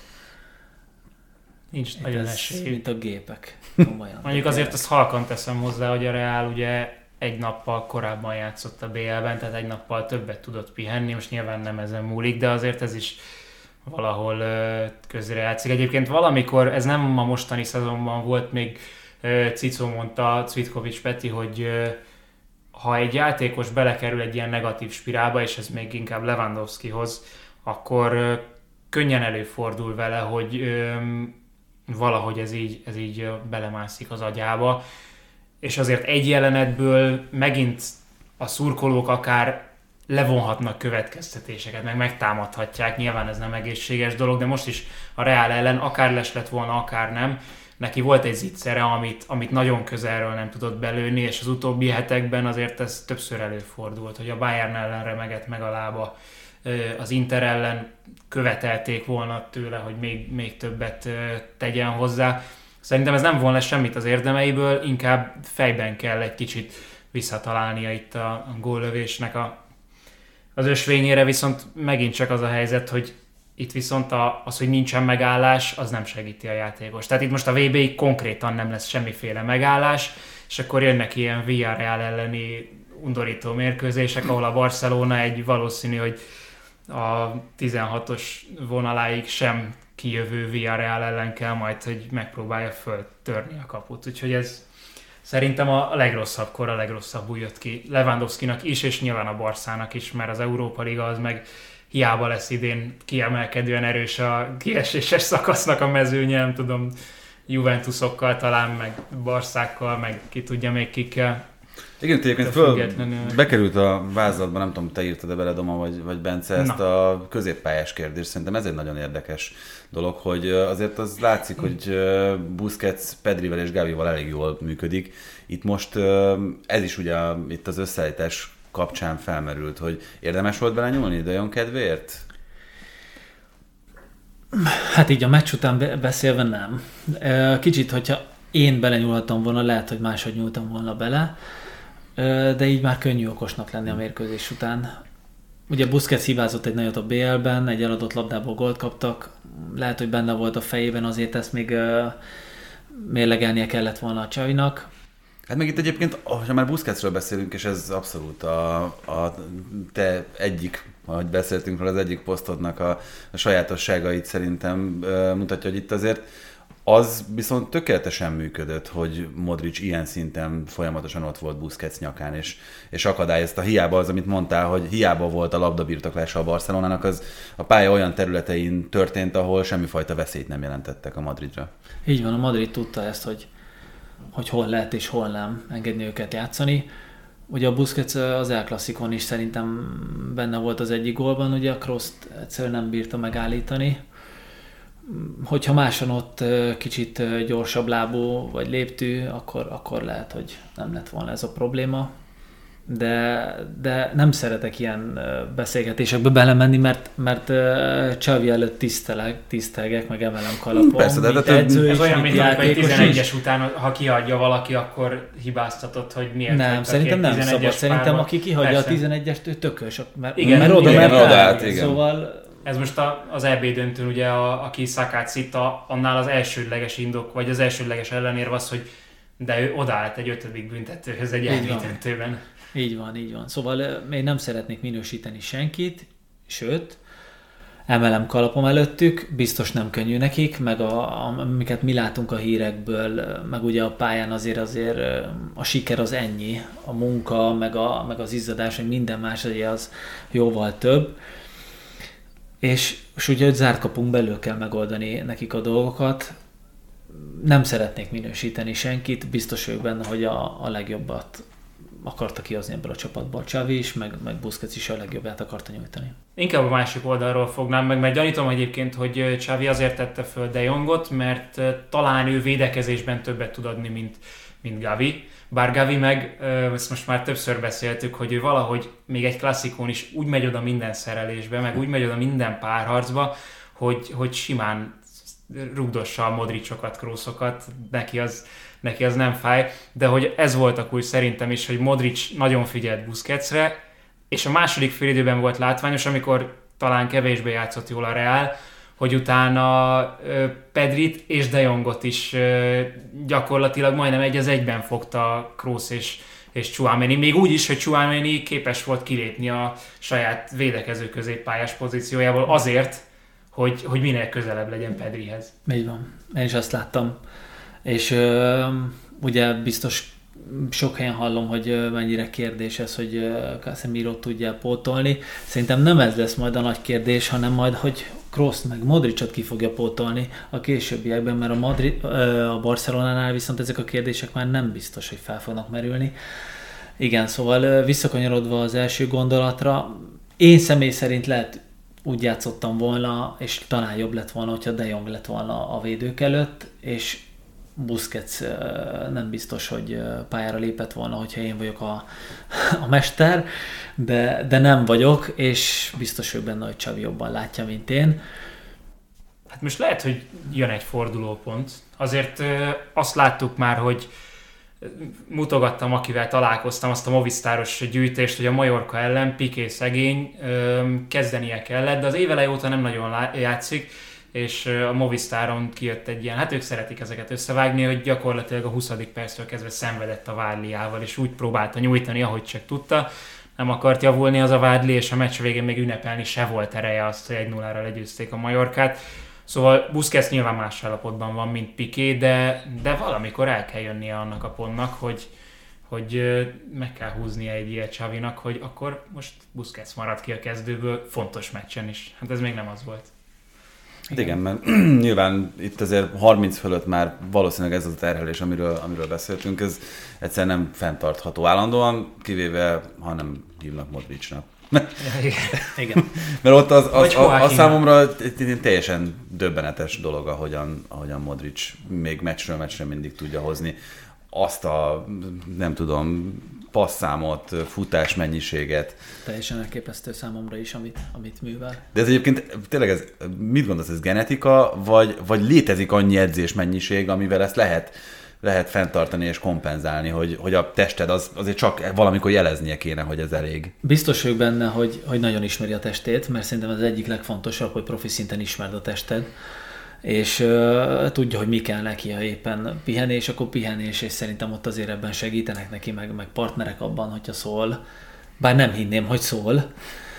nincs nagyon esély. Mint a gépek. Mondjuk azért azt halkan teszem hozzá, hogy a Real ugye egy nappal korábban játszott a BL-ben, tehát egy nappal többet tudott pihenni, most nyilván nem ezen múlik, de azért ez is valahol közrejátszik. Egyébként valamikor, ez nem a mostani szezonban volt, még Cicó mondta, Cvitkovics Peti, hogy ha egy játékos belekerül egy ilyen negatív spirálba, és ez még inkább Lewandowskihoz, akkor könnyen előfordul vele, hogy valahogy ez így belemászik az agyába. És azért egy jelenetből megint a szurkolók akár levonhatnak következtetéseket, meg megtámadhatják, nyilván ez nem egészséges dolog, de most is a Real ellen akár les lett volna, akár nem. Neki volt egy zicsere, amit nagyon közelről nem tudott belőni, és az utóbbi hetekben azért ez többször előfordult, hogy a Bayern ellen remegett meg a lába, az Inter ellen követelték volna tőle, hogy még többet tegyen hozzá. Szerintem ez nem volna semmit az érdemeiből, inkább fejben kell egy kicsit visszatalálnia itt a góllövésnek az ösvényére, viszont megint csak az a helyzet, hogy itt viszont az, hogy nincsen megállás, az nem segíti a játékos. Tehát itt most a VB-ig konkrétan nem lesz semmiféle megállás, és akkor jönnek ilyen Villarreal elleni undorító mérkőzések, ahol a Barcelona egy valószínű, hogy a 16-os vonaláig sem kijövő Villarreal ellen kell majd, hogy megpróbálja föltörni a kaput. Úgyhogy ez szerintem a legrosszabbkor a legrosszabbul jött ki Lewandowskinak is, és nyilván a Barszának is, mert az Európa Liga az meg hiába lesz idén kiemelkedően erős a kieséses szakasznak a mezőnye, nem tudom, Juventusokkal talán, meg Barszákkal, meg ki tudja még kikkel. Igen, egyébként bekerült a vázlatba, nem tudom, te írtad-e bele, Doma vagy Bence, ezt a középpályás kérdést. Szerintem ez egy nagyon érdekes dolog, hogy azért az látszik, hogy Busquets, Pedrivel és Gavival elég jól működik. Itt most ez is ugye itt az összeállítás kapcsán felmerült, hogy érdemes volt bele nyúlni De Jong kedvéért? Hát így a meccs után beszélve nem. Kicsit, hogyha én belenyúlhattam volna, lehet, hogy máshogy nyúltam volna bele, de így már könnyű okosnak lenni a mérkőzés után. Ugye Busquets hibázott egy nagyot a BL-ben, egy eladott labdából gólt kaptak, lehet, hogy benne volt a fejében, azért ezt még mérlegelnie kellett volna a Xavinak. Hát meg itt egyébként, ha már Busquetsről beszélünk, és ez abszolút a te egyik, ahogy beszéltünk róla, az egyik posztodnak a sajátosságait szerintem mutatja, hogy itt azért az viszont tökéletesen működött, hogy Modric ilyen szinten folyamatosan ott volt Busquets nyakán, és akadályozta. Hiába az, amit mondtál, hogy hiába volt a labdabirtoklása a Barcelonának, az a pálya olyan területein történt, ahol semmifajta veszélyt nem jelentettek a Madridra. Így van, a Madrid tudta ezt, hogy hol lehet és hol nem engedni őket játszani. Ugye a Busquets az El Clasicón is szerintem benne volt az egyik gólban, ugye a Krooszt egyszerűen nem bírta megállítani. Hogyha máson ott kicsit gyorsabb lábú vagy léptű, akkor lehet, hogy nem lett volna ez a probléma. De nem szeretek ilyen beszélgetésekbe belemenni, mert Xavi előtt tisztelgek, meg emelem kalapom. Persze, de edző ez olyan, mint amikor egy 11-es után, ha kihagyja valaki, akkor hibáztatod, hogy miért. Nem, szerintem nem szabad. Szerintem aki kihagyja a 11-est, ő tökös. Mert odaállt. Szóval ez most az EB döntőn, ugye, aki Sakát szitta, annál az elsődleges indok, vagy az elsődleges ellenérv az, hogy de ő odaállt egy 5. büntetőhöz egy EB döntőben. Így van. Szóval én nem szeretnék minősíteni senkit, sőt, emelem kalapom előttük, biztos nem könnyű nekik, meg amiket mi látunk a hírekből, meg ugye a pályán azért a siker az ennyi, a munka, meg az izzadás, hogy minden más az jóval több. És ugye, hogy zárt kapunk belül kell megoldani nekik a dolgokat. Nem szeretnék minősíteni senkit, biztos vagyok benne, hogy a legjobbat akarta kihozni ebből a csapatból Xavi is, meg Busquets is a legjobbát akarta nyújtani. Inkább a másik oldalról fognám meg, mert gyanítom egyébként, hogy Xavi azért tette föl De Jongot, mert talán ő védekezésben többet tud adni, mint Gavi. Bár Gavi meg, ezt most már többször beszéltük, hogy ő valahogy még egy klasszikón is úgy megy oda minden szerelésbe, meg úgy megy oda minden párharcba, hogy simán rugdossa a Modricokat, Kroosokat, neki az nem fáj, de hogy ez volt a kulcs szerintem is, hogy Modric nagyon figyelt Busquetsre, és a második félidőben volt látványos, amikor talán kevésbé játszott jól a Real, hogy utána Pedrit és De Jongot is gyakorlatilag majdnem 1-1-ben fogta Kroos és Tchouaméni. Még úgy is, hogy Tchouaméni képes volt kilépni a saját védekező középpályás pozíciójából azért, hogy minél közelebb legyen Pedrihez. Így van. Én is azt láttam. És ugye biztos sok helyen hallom, hogy mennyire kérdés ez, hogy Casemiro tudja pótolni. Szerintem nem ez lesz majd a nagy kérdés, hanem majd, hogy Krooszt meg Modricot ki fogja pótolni a későbbiekben, mert a Barcelonánál viszont ezek a kérdések már nem biztos, hogy fel fognak merülni. Igen, szóval visszakanyarodva az első gondolatra, én személy szerint lehet úgy játszottam volna, és talán jobb lett volna, hogyha De Jong lett volna a védők előtt, és Busquets nem biztos, hogy pályára lépett volna, hogyha én vagyok a mester, de nem vagyok, és biztos vagyok benne, hogy Xavi jobban látja, mint én. Hát most lehet, hogy jön egy fordulópont. Azért azt láttuk már, hogy mutogattam, akivel találkoztam, azt a Movistaros gyűjtést, hogy a Mallorca ellen Piqué szegény kezdenie kellett, de az éveleje óta nem nagyon játszik, és a Movistaron kijött egy ilyen, hát ők szeretik ezeket összevágni, hogy gyakorlatilag a 20. perctől kezdve szenvedett a Vádliával, és úgy próbálta nyújtani, ahogy csak tudta. Nem akart javulni az a Vádli, és a meccs végén még ünnepelni se volt ereje azt, hogy 1-0-ra legyőzték a Mallorcát. Szóval Busquets nyilván más állapotban van, mint Piqué, de valamikor el kell jönnie annak a pontnak, hogy meg kell húznia egy ilyet Xavinak, hogy akkor most Busquets marad ki a kezdőből fontos meccsen is. Hát ez még nem az volt. Hát igen, mert nyilván itt azért 30 fölött már valószínűleg ez az a terhelés, amiről beszéltünk, ez egyszerűen nem fenntartható állandóan, kivéve, ha nem hívnak Modricnak. Igen. Mert ott az számomra teljesen döbbenetes dolog, ahogyan Modric még meccsről meccsre mindig tudja hozni azt a, nem tudom, passzámot, futás mennyiséget. Teljesen elképesztő számomra is, amit művel. De ez egyébként tényleg mit gondolsz, ez genetika, vagy létezik annyi edzés mennyiség, amivel ezt lehet fenntartani és kompenzálni, hogy a tested azért csak valamikor jeleznie kéne, hogy ez elég. Biztos vagyok benne, hogy nagyon ismeri a testét, mert szerintem ez egyik legfontosabb, hogy profi szinten ismerd a tested, és tudja, hogy mi kell neki, ha éppen pihenés, akkor pihenés, és szerintem ott azért ebben segítenek neki, meg partnerek abban, hogyha szól. Bár nem hinném, hogy szól.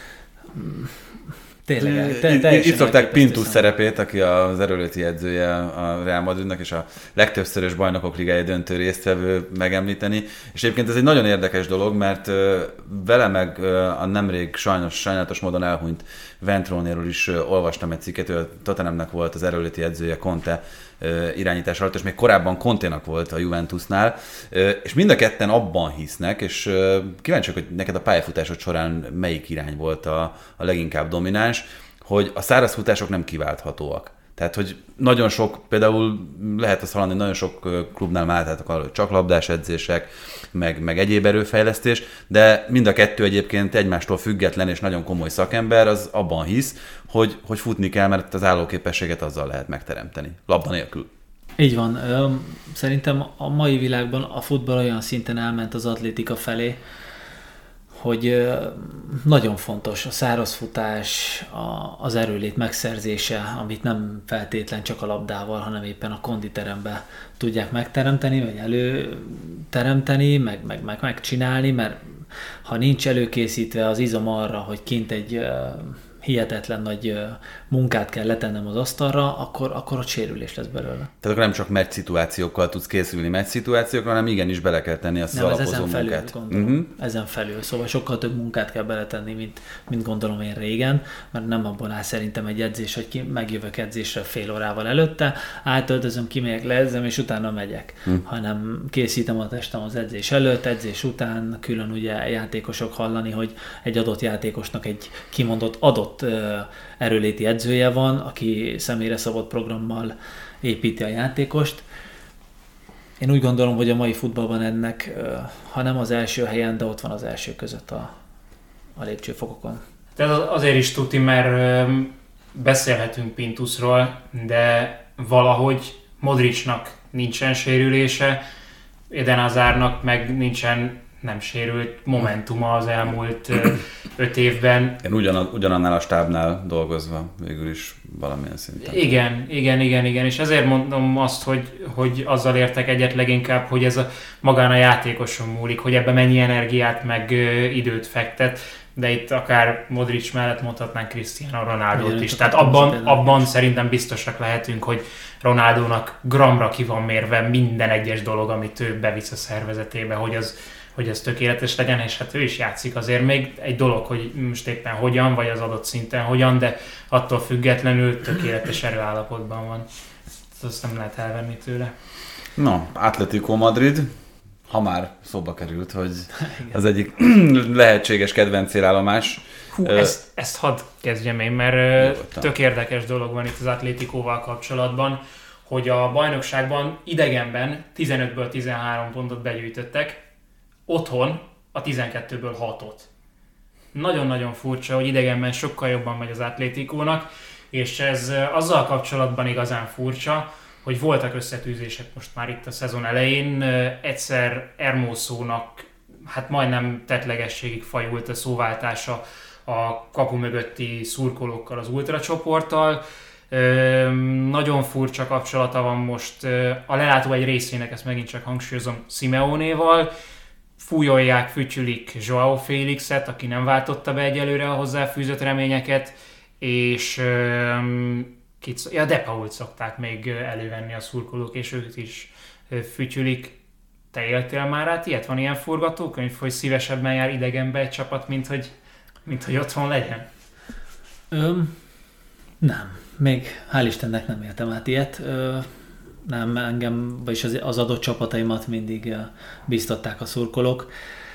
Tényleg. Itt szokták Pintus szerepét, aki az erőléti edzője a Real Madridnak, és a legtöbbszörös bajnokok ligája döntő résztvevő megemlíteni. És egyébként ez egy nagyon érdekes dolog, mert vele meg a nemrég sajnálatos módon elhunyt Ventronéről is olvastam egy cikket, ő a Tottenhamnek volt az erőléti edzője Conte irányítás alatt, és még korábban Conténak volt a Juventusnál, és mind a ketten abban hisznek, és kíváncsiak, hogy neked a pályafutásod során melyik irány volt a leginkább domináns, hogy a száraz futások nem kiválthatóak. Tehát, hogy nagyon sok, például lehet azt hallani, nagyon sok klubnál már csak labdás edzések, meg egyéb erőfejlesztés, de mind a kettő egyébként egymástól független és nagyon komoly szakember, az abban hisz, hogy futni kell, mert az állóképességet azzal lehet megteremteni, labda nélkül. Így van. Szerintem a mai világban a futball olyan szinten elment az atlétika felé, hogy nagyon fontos a szárazfutás, az erőlét megszerzése, amit nem feltétlen csak a labdával, hanem éppen a konditeremben tudják megteremteni, vagy előteremteni, meg megcsinálni, mert ha nincs előkészítve az izom arra, hogy kint egy hihetetlen nagy munkát kell letennem az asztalra, akkor ott sérülés lesz belőle. Tehát akkor nem csak meccs szituációkkal tudsz készülni meccs szituációkra, hanem igenis bele kell tenni azt az alapozó munkát. Ezen felül, szóval sokkal több munkát kell beletenni, mint gondolom én régen, mert nem abból áll szerintem egy edzés, hogy megjövök edzésre fél órával előtte, átöltözöm, kimegyek, leedzem, és utána megyek, hanem készítem a testem az edzés előtt, edzés után, külön ugye játékosok hallani, hogy egy adott játékosnak egy kimondott adott erőléti edzője van, aki személyre szabott programmal építi a játékost. Én úgy gondolom, hogy a mai futballban ennek, ha nem az első helyen, de ott van az első között a lépcsőfokokon. Tehát azért is tuti, mert beszélhetünk Pintusról, de valahogy Modricnak nincsen sérülése, Eden Hazardnak meg nem sérült momentuma az elmúlt 5 évben. Én ugyanannál a stábnál dolgozva végül is valamilyen szinten. Igen, és ezért mondom azt, hogy azzal értek egyet leginkább, hogy ez magán a játékoson múlik, hogy ebbe mennyi energiát meg időt fektet, de itt akár Modric mellett mondhatnánk Cristiano Ronaldót is. Tehát abban szerintem biztosak lehetünk, hogy Ronaldónak gramra ki van mérve minden egyes dolog, amit ő bevisz a szervezetébe, hogy ez tökéletes legyen, és hát ő is játszik azért még egy dolog, hogy most éppen hogyan, vagy az adott szinten hogyan, de attól függetlenül tökéletes erőállapotban van. Azt nem lehet elvenni tőle. No, Atlético Madrid, ha már szóba került, hogy az egyik lehetséges kedvenc célállomás. Ezt hadd kezdjem én, mert tök érdekes dolog van itt az Atléticóval kapcsolatban, hogy a bajnokságban idegenben 15-ből 13 pontot begyűjtöttek, otthon a 12-ből 6-ot. Nagyon-nagyon furcsa, hogy idegenben sokkal jobban megy az Atléticónak, és ez azzal kapcsolatban igazán furcsa, hogy voltak összetűzések most már itt a szezon elején. Egyszer Hermosónak hát majdnem tettlegességig fajult a szóváltása a kapu mögötti szurkolókkal, az ultracsoporttal. Nagyon furcsa kapcsolata van most a lelátó egy részének, ezt megint csak hangsúlyozom, Simeonéval. Fújolják, fütyülik Joao Félixet, aki nem váltotta be egyelőre a hozzáfűzött reményeket, és De Pault szokták még elővenni a szurkolók, és őt is fütyülik. Te éltél már át ilyet? Van ilyen forgatókönyv, hogy szívesebben jár idegenbe egy csapat, mint hogy otthon legyen? Nem. Még hál' Istennek nem éltem át ilyet. Nem, engem, vagyis az adott csapataimat mindig bíztatták a szurkolók.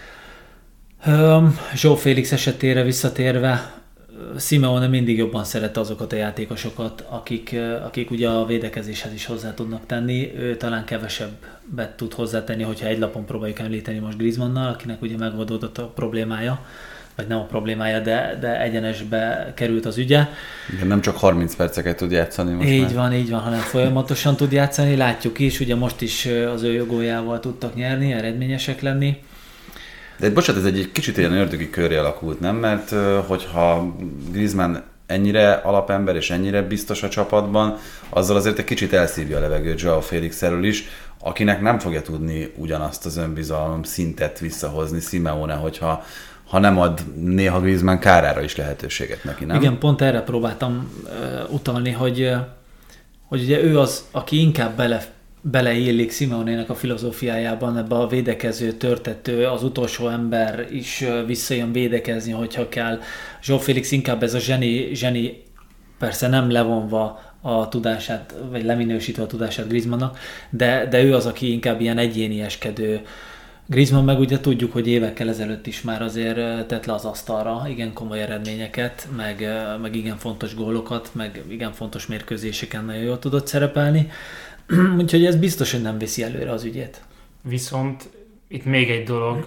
João Félix esetére visszatérve, Simeone mindig jobban szerette azokat a játékosokat, akik ugye a védekezéshez is hozzá tudnak tenni. Ő talán kevesebbet tud hozzátenni, hogyha egy lapon próbáljuk említeni most Griezmannnal, akinek ugye megoldódott a problémája, vagy nem a problémája, de egyenesbe került az ügye. Igen, nem csak 30 perceket tud játszani most így van, hanem folyamatosan tud játszani, látjuk is, ugye most is az ő góljával tudtak nyerni, eredményesek lenni. De bocsánat, ez egy kicsit ilyen ördögi körré alakult, nem? Mert hogyha Griezmann ennyire alapember és ennyire biztos a csapatban, azzal azért egy kicsit elszívja a levegőt João Félix elől is, akinek nem fogja tudni ugyanazt az önbizalom szintet visszahozni Simeone, hogyha nem ad néha Griezmann kárára is lehetőséget neki, nem? Igen, pont erre próbáltam utalni, hogy ugye ő az, aki inkább beleillik Simeone-nek a filozófiájában, ebbe a védekező, törtető, az utolsó ember is visszajön védekezni, hogyha kell. João Félix inkább ez a zseni, persze nem levonva a tudását, vagy leminősítve a tudását Griezmannnak, de ő az, aki inkább ilyen egyénieskedő. Griezmann meg ugye tudjuk, hogy évekkel ezelőtt is már azért tett le az asztalra igen komoly eredményeket, meg igen fontos gólokat, meg igen fontos mérkőzéseken nagyon jól tudott szerepelni. Úgyhogy ez biztos, hogy nem viszi előre az ügyét. Viszont itt még egy dolog.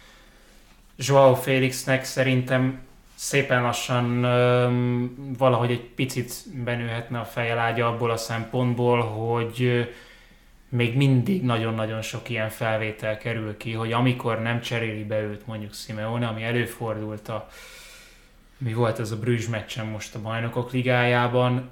João Félixnek szerintem szépen lassan valahogy egy picit benőhetne a fejelágya abból a szempontból, hogy még mindig nagyon-nagyon sok ilyen felvétel kerül ki, hogy amikor nem cseréli be őt mondjuk Simeone, ami előfordult mi volt ez a Bruges meccsen most a Bajnokok Ligájában,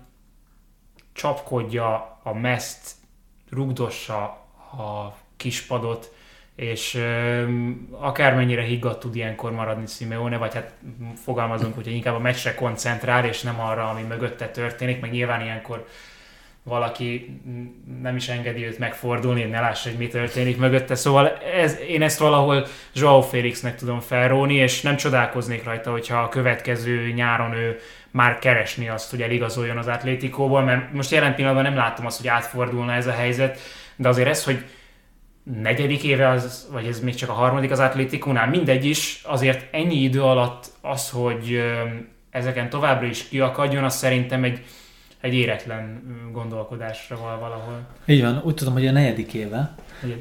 csapkodja a mezt, rugdossa a kispadot, és akármennyire higgadt tud ilyenkor maradni Simeone, vagy hát fogalmazunk, hogy inkább a meccsre koncentrál, és nem arra, ami mögötte történik, meg nyilván ilyenkor valaki nem is engedi őt megfordulni, hogy ne lássa, hogy mi történik mögötte. Szóval én ezt valahol João Félixnek tudom felróni, és nem csodálkoznék rajta, hogyha a következő nyáron ő már keresni azt, hogy eligazoljon az Atlétikóból, mert most jelen pillanatban nem látom azt, hogy átfordulna ez a helyzet, de azért ez, hogy 4. éve, vagy ez még csak a 3. az Atlétikónál, mindegy is, azért ennyi idő alatt az, hogy ezeken továbbra is kiakadjon, az szerintem egy éretlen gondolkodásra valahol. Így van, úgy tudom, hogy a 4. éve,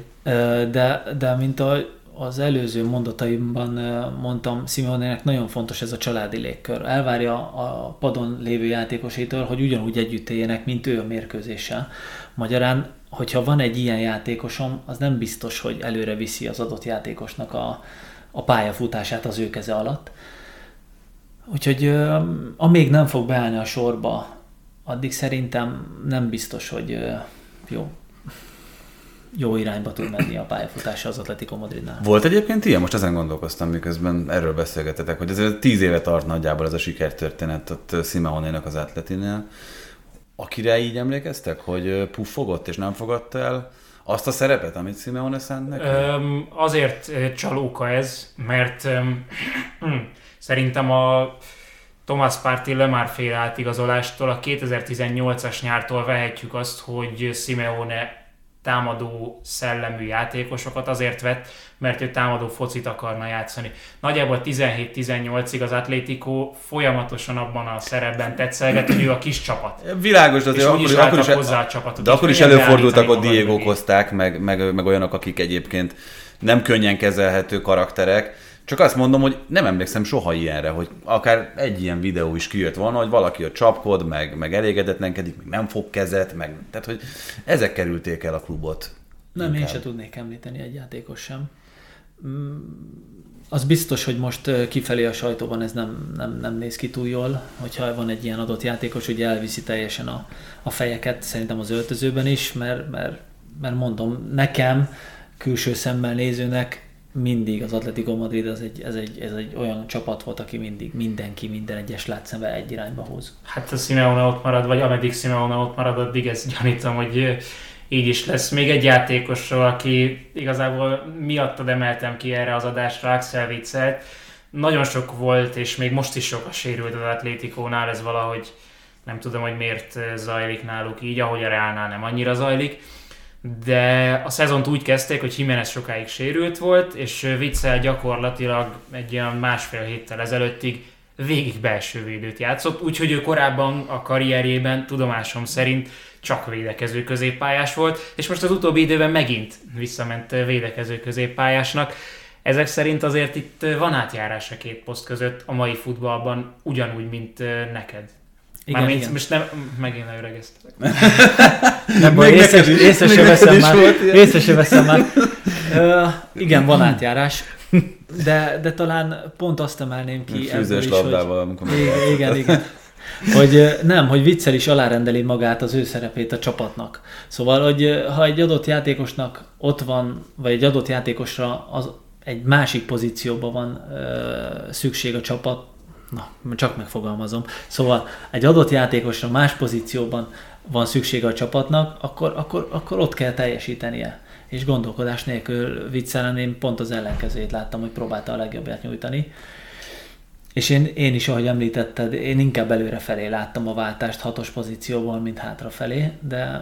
de mint az előző mondataimban mondtam, Simeone-nek nagyon fontos ez a családi légkör. Elvárja a padon lévő játékosaitól, hogy ugyanúgy együtt éljenek, mint ő a mérkőzéssel. Magyarán, hogyha van egy ilyen játékosom, az nem biztos, hogy előre viszi az adott játékosnak a pályafutását az ő keze alatt. Úgyhogy amíg nem fog beállni a sorba, addig szerintem nem biztos, hogy jó irányba tud menni a pályafutása az Atletico Madridnál. Volt egyébként ilyen? Most ezen gondolkoztam, miközben erről beszélgetetek, hogy azért 10 éve tart nagyjából ez a sikertörténet ott Simeone-nek az Atletinél. Akire így emlékeztek, hogy puffogott és nem fogadta el azt a szerepet, amit Simeone szánt neki? Azért csalóka ez, mert szerintem a Thomas Partey Lemar féle átigazolástól, a 2018-as nyártól vehetjük azt, hogy Simeone támadó szellemű játékosokat azért vett, mert ő támadó focit akarna játszani. Nagyjából 17-18-ig az Atlético folyamatosan abban a szerepben tetszelget, hogy ő a kis csapat. Világos, de akkor is előfordultak ott Diego Costák, meg olyanok, akik egyébként nem könnyen kezelhető karakterek. Csak azt mondom, hogy nem emlékszem soha ilyenre, hogy akár egy ilyen videó is kijött volna, hogy valaki ott csapkod, meg elégedetlenkedik, meg nem fog kezet, tehát hogy ezek kerülték el a klubot. Nem, inkább. Én se tudnék említeni egy játékos sem. Az biztos, hogy most kifelé a sajtóban ez nem néz ki túl jól, hogyha van egy ilyen adott játékos, hogy elviszi teljesen a fejeket, szerintem az öltözőben is, mert mondom, nekem külső szemmel nézőnek mindig az Atletico Madrid ez egy olyan csapat volt, aki mindig minden egyes látszembe egy irányba hoz. Hát a Simeone ott marad, vagy ameddig Simeone ott marad, addig ezt gyanítom, hogy így is lesz. Még egy játékosról, aki igazából miattad emeltem ki erre az adásra, Axel Witselt. Nagyon sok volt, és még most is sok a sérült az Atléticónál, ez valahogy nem tudom, hogy miért zajlik náluk így, ahogy a Reálnál nem annyira zajlik. De a szezont úgy kezdték, hogy Jiménez sokáig sérült volt, és Witsel gyakorlatilag egy olyan másfél héttel ezelőttig végig belső védőt játszott, úgyhogy ő korábban a karrierjében tudomásom szerint csak védekező középpályás volt, és most az utóbbi időben megint visszament védekező középpályásnak. Ezek szerint azért itt van átjárás a két poszt között a mai futballban, ugyanúgy, mint neked. Igen, igen. Most nem, megint leöregeztelek. Nem baj, észre se veszem már. Igen, van átjárás, de talán pont azt emelném ki fűzős labdával, amikor igen. Hogy Witsel is alárendeli magát, az ő szerepét a csapatnak. Szóval, hogy ha egy adott játékosnak ott van, vagy egy adott játékosra egy másik pozícióban van szükség a csapat, csak megfogalmazom. Szóval egy adott játékosra más pozícióban van szüksége a csapatnak, akkor ott kell teljesítenie. És gondolkodás nélkül Witzelen én pont az ellenkezőjét láttam, hogy próbálta a legjobbját nyújtani. És én is, ahogy említetted, én inkább előrefelé láttam a váltást 6-os pozícióból, mint hátrafelé,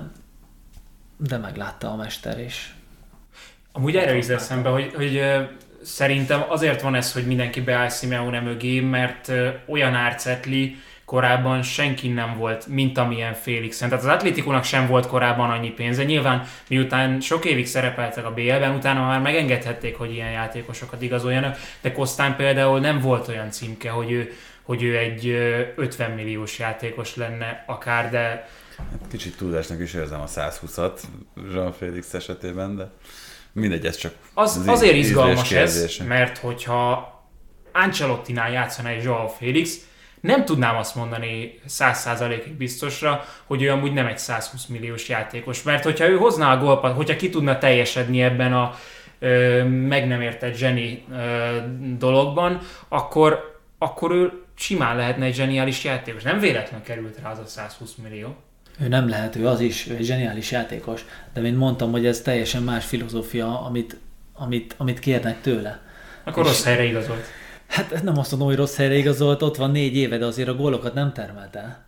de meglátta a mester is. Amúgy erre is eszembe, hogy szerintem azért van ez, hogy mindenki beáll Simeone mögé, mert olyan árcetli korábban senki nem volt, mint amilyen Félixen. Tehát az Atléticónak sem volt korábban annyi pénze. Nyilván miután sok évig szerepeltek a BL-ben, utána már megengedhették, hogy ilyen játékosokat igazoljanak, de Kostán például nem volt olyan címke, hogy ő egy 50 milliós játékos lenne akár, de... Kicsit túlzásnak is érzem a 120-at Jean-Félix esetében, de mindegy, ez csak azért izgalmas ez, mert hogyha Ancelottinál játszana egy Joao Félix, nem tudnám azt mondani 100%-ig biztosra, hogy ő amúgy nem egy 120 milliós játékos. Mert hogyha ő hozná a gólpat, hogyha ki tudna teljesedni ebben a meg nem értett zseni dologban, akkor ő simán lehetne egy zseniális játékos. Nem véletlen került rá az a 120 millió. Ő nem lehet, ő az is, ő egy zseniális játékos. De mint mondtam, hogy ez teljesen más filozófia, amit kérnek tőle. Akkor rossz helyre igazolt. Hát nem azt mondom, hogy rossz helyre igazolt, ott van 4 éve, de azért a gólokat nem termelte.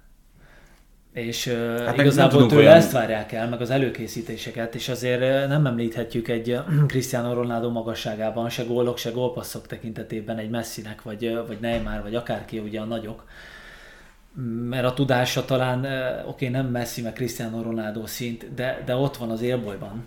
És igazából tőle ezt várják el, meg az előkészítéseket, és azért nem említhetjük egy Cristiano Ronaldo magasságában, se gólok, se gólpasszok tekintetében egy Messinek, vagy Neymar, vagy akárki, ugye a nagyok. Mert a tudása talán, nem Messi, meg Cristiano Ronaldo szint, de ott van az élbolyban.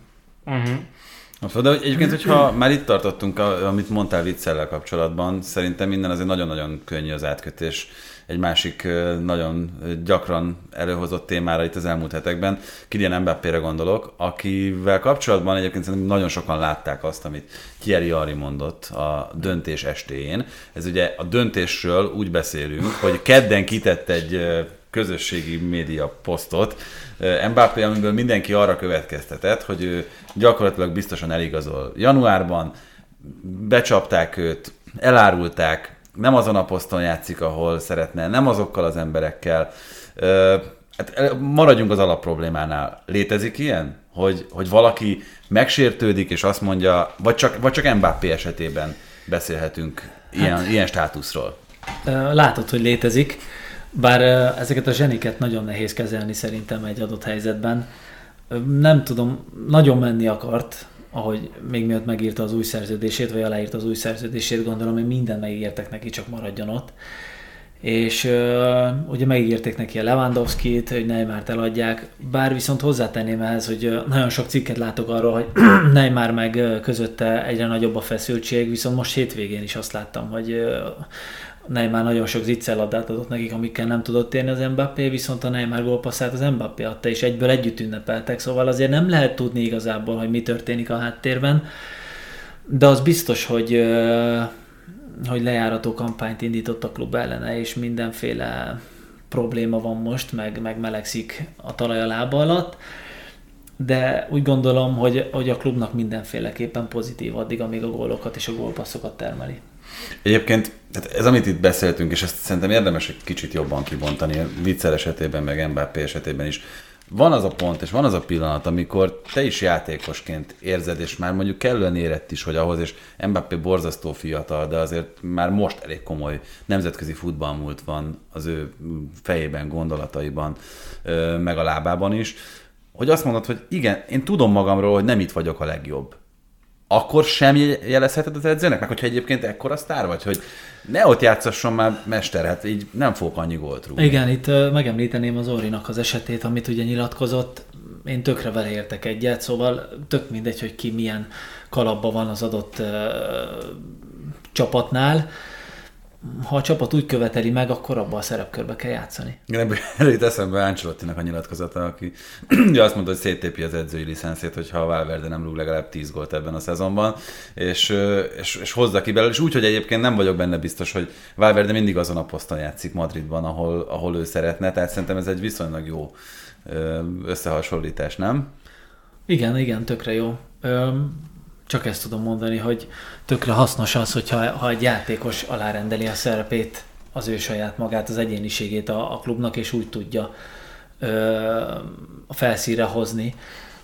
De egyébként, hogyha már itt tartottunk, amit mondtál Witzellel kapcsolatban, szerintem minden azért nagyon-nagyon könnyű az átkötés egy másik nagyon gyakran előhozott témára itt az elmúlt hetekben. Kylian Mbappére gondolok, akivel kapcsolatban egyébként szerintem nagyon sokan látták azt, amit Thierry Henry mondott a döntés estéjén. Ez ugye a döntésről úgy beszélünk, hogy kedden kitett egy közösségi média posztot Mbappé, amiből mindenki arra következtetett, hogy ő gyakorlatilag biztosan eligazol januárban, becsapták őt, elárulták, nem azon a poszton játszik, ahol szeretne, nem azokkal az emberekkel. Hát maradjunk az alapproblémánál. Létezik ilyen? Hogy valaki megsértődik, és azt mondja, vagy csak Mbappé esetében beszélhetünk ilyen státuszról? Látod, hogy létezik. Bár ezeket a zseniket nagyon nehéz kezelni szerintem egy adott helyzetben. Nem tudom, nagyon menni akart, ahogy még mielőtt megírta az új szerződését, vagy aláírta az új szerződését, gondolom, hogy mindent megígértek neki, csak maradjon ott. És ugye megígérték neki a Lewandowskit, hogy Neymart eladják, bár viszont hozzátenném ehhez, hogy nagyon sok cikket látok arról, hogy Neymar meg közötte egyre nagyobb a feszültség, viszont most hétvégén is azt láttam, hogy Neymar nagyon sok zicserlabdát adott nekik, amikkel nem tudott érni az Mbappé, viszont a Neymar gólpasszát az Mbappé adta, és egyből együtt ünnepeltek, szóval azért nem lehet tudni igazából, hogy mi történik a háttérben, de az biztos, hogy lejárató kampányt indított a klub ellene, és mindenféle probléma van most, meg melegszik a talaj a lába alatt, de úgy gondolom, hogy a klubnak mindenféleképpen pozitív addig, amíg a gólokat és a gólpasszokat termeli. Egyébként ez, amit itt beszéltünk, és ezt szerintem érdemes egy kicsit jobban kibontani, Witsel esetében, meg Mbappé esetében is, van az a pont, és van az a pillanat, amikor te is játékosként érzed, és már mondjuk kellően érett is, hogy ahhoz, és Mbappé borzasztó fiatal, de azért már most elég komoly nemzetközi futballmúlt van az ő fejében, gondolataiban, meg a lábában is, hogy azt mondod, hogy igen, én tudom magamról, hogy nem itt vagyok a legjobb. Akkor sem jelezheted az edzőnek? Meg hogyha egyébként ekkora sztár vagy, hogy ne ott játszasson már mester, hát így nem fogok annyi gólt rúgni. Igen, itt megemlíteném az Orinak az esetét, amit ugye nyilatkozott. Én tökre vele értek egyet, szóval tök mindegy, hogy ki milyen kalapban van az adott csapatnál. Ha a csapat úgy követeli meg, akkor abban a szerepkörbe kell játszani. Igen, előtt eszembe Ancelottinak a nyilatkozata, aki azt mondta, hogy széttépi az edzői licenszét, hogyha a Valverde nem rúg legalább 10 gólt ebben a szezonban, és hozza ki belőle, és úgy, hogy egyébként nem vagyok benne biztos, hogy Valverde mindig azon a poszton játszik Madridban, ahol ő szeretne, tehát szerintem ez egy viszonylag jó összehasonlítás, nem? Igen, tökre jó. Csak ezt tudom mondani, hogy tökre hasznos az, hogyha egy játékos alárendeli a szerepét, az ő saját magát, az egyéniségét a klubnak, és úgy tudja a felszínre hozni,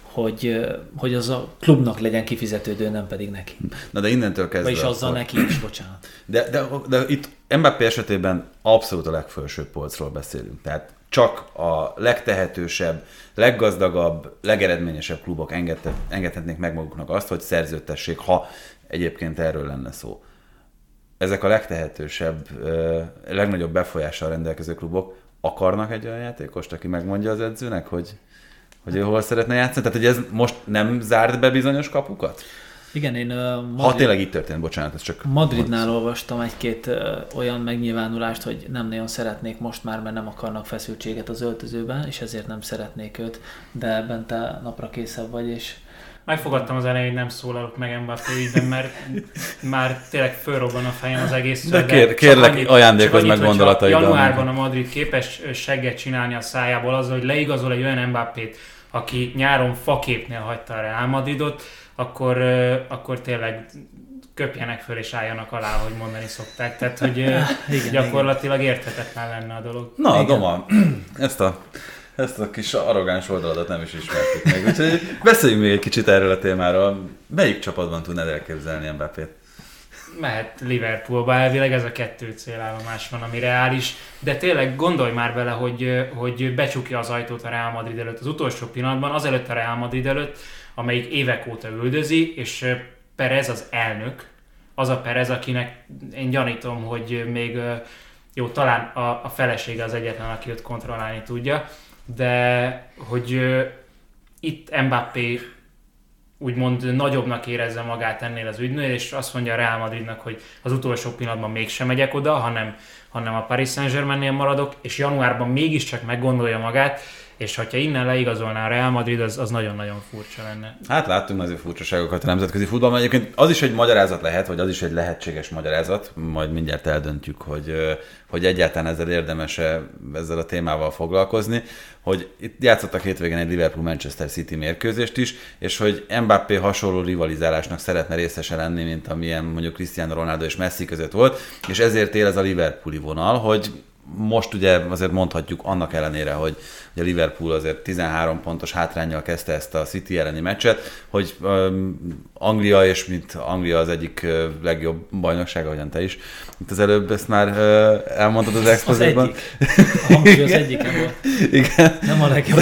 hogy az a klubnak legyen kifizetődő, nem pedig neki. Na de innentől kezdve... Vagyis azzal neki is, bocsánat. De itt Mbappé esetében abszolút a legfelsőbb polcról beszélünk. Tehát csak a legtehetősebb, leggazdagabb, legeredményesebb klubok engedhetnék meg maguknak azt, hogy szerződtessék, ha egyébként erről lenne szó. Ezek a legtehetősebb, legnagyobb befolyással rendelkező klubok akarnak egy olyan játékost, aki megmondja az edzőnek, hogy ő hol szeretne játszani? Tehát, hogy ez most nem zárt be bizonyos kapukat? Igen, én ha tényleg így történt, bocsánat, ez csak... Madridnál olvastam egy-két olyan megnyilvánulást, hogy nem nagyon szeretnék most már, mert nem akarnak feszültséget az öltözőben, és ezért nem szeretnék őt, de Bente napra készebb vagy, és... Megfogadtam az elején, hogy nem szólalok meg Mbappé ügyben, mert már tényleg fölrobban a fejem az egész. De kérlek, ajándékozz meg gondolataidat. Januárban a Madrid képes segget csinálni a szájából azzal, hogy leigazol egy olyan Mbappét, aki nyáron faképnél hagyta a Real Madridot, akkor tényleg köpjenek föl és álljanak alá, hogy mondani szokták. Tehát, hogy igen, gyakorlatilag érthetetlen lenne a dolog. Na, Doma, ezt a kis arrogáns oldaladat nem is ismertük meg. Úgyhogy beszéljünk még egy kicsit erről a témáról. Melyik csapatban tudnád elképzelni Mbappét? Mehet Liverpoolba, elvileg ez a 2 célállomás van, ami reális, de tényleg gondolj már bele, hogy becsukja az ajtót a Real Madrid előtt az utolsó pillanatban, azelőtt a Real Madrid előtt, amelyik évek óta üldözi, és Perez az elnök, az a Perez, akinek én gyanítom, hogy még jó, talán a felesége az egyetlen, aki őt kontrollálni tudja, de hogy itt Mbappé úgymond nagyobbnak érezze magát ennél az ügynél, és azt mondja a Real Madridnak, hogy az utolsó pillanatban mégsem megyek oda, hanem a Paris Saint-Germainnél maradok, és januárban mégiscsak meggondolja magát, és hogyha innen leigazolná a Real Madrid, az nagyon-nagyon furcsa lenne. Hát láttunk azért furcsaságokat a nemzetközi futballban. Egyébként az is egy magyarázat lehet, vagy az is egy lehetséges magyarázat, majd mindjárt eldöntjük, hogy egyáltalán ezzel érdemes-e ezzel a témával foglalkozni, hogy itt játszottak hétvégén egy Liverpool-Manchester City mérkőzést is, és hogy Mbappé hasonló rivalizálásnak szeretne részese lenni, mint amilyen mondjuk Cristiano Ronaldo és Messi között volt, és ezért él ez a Liverpooli vonal, hogy most ugye azért mondhatjuk annak ellenére, hogy a Liverpool azért 13 pontos hátránnyal kezdte ezt a City elleni meccset, hogy Anglia, és mint Anglia az egyik legjobb bajnokság, ahogyan te is. Itt az előbb ezt már elmondtad az expozéban. A hangsúly az egyiken volt. Igen. Nem a legjobb.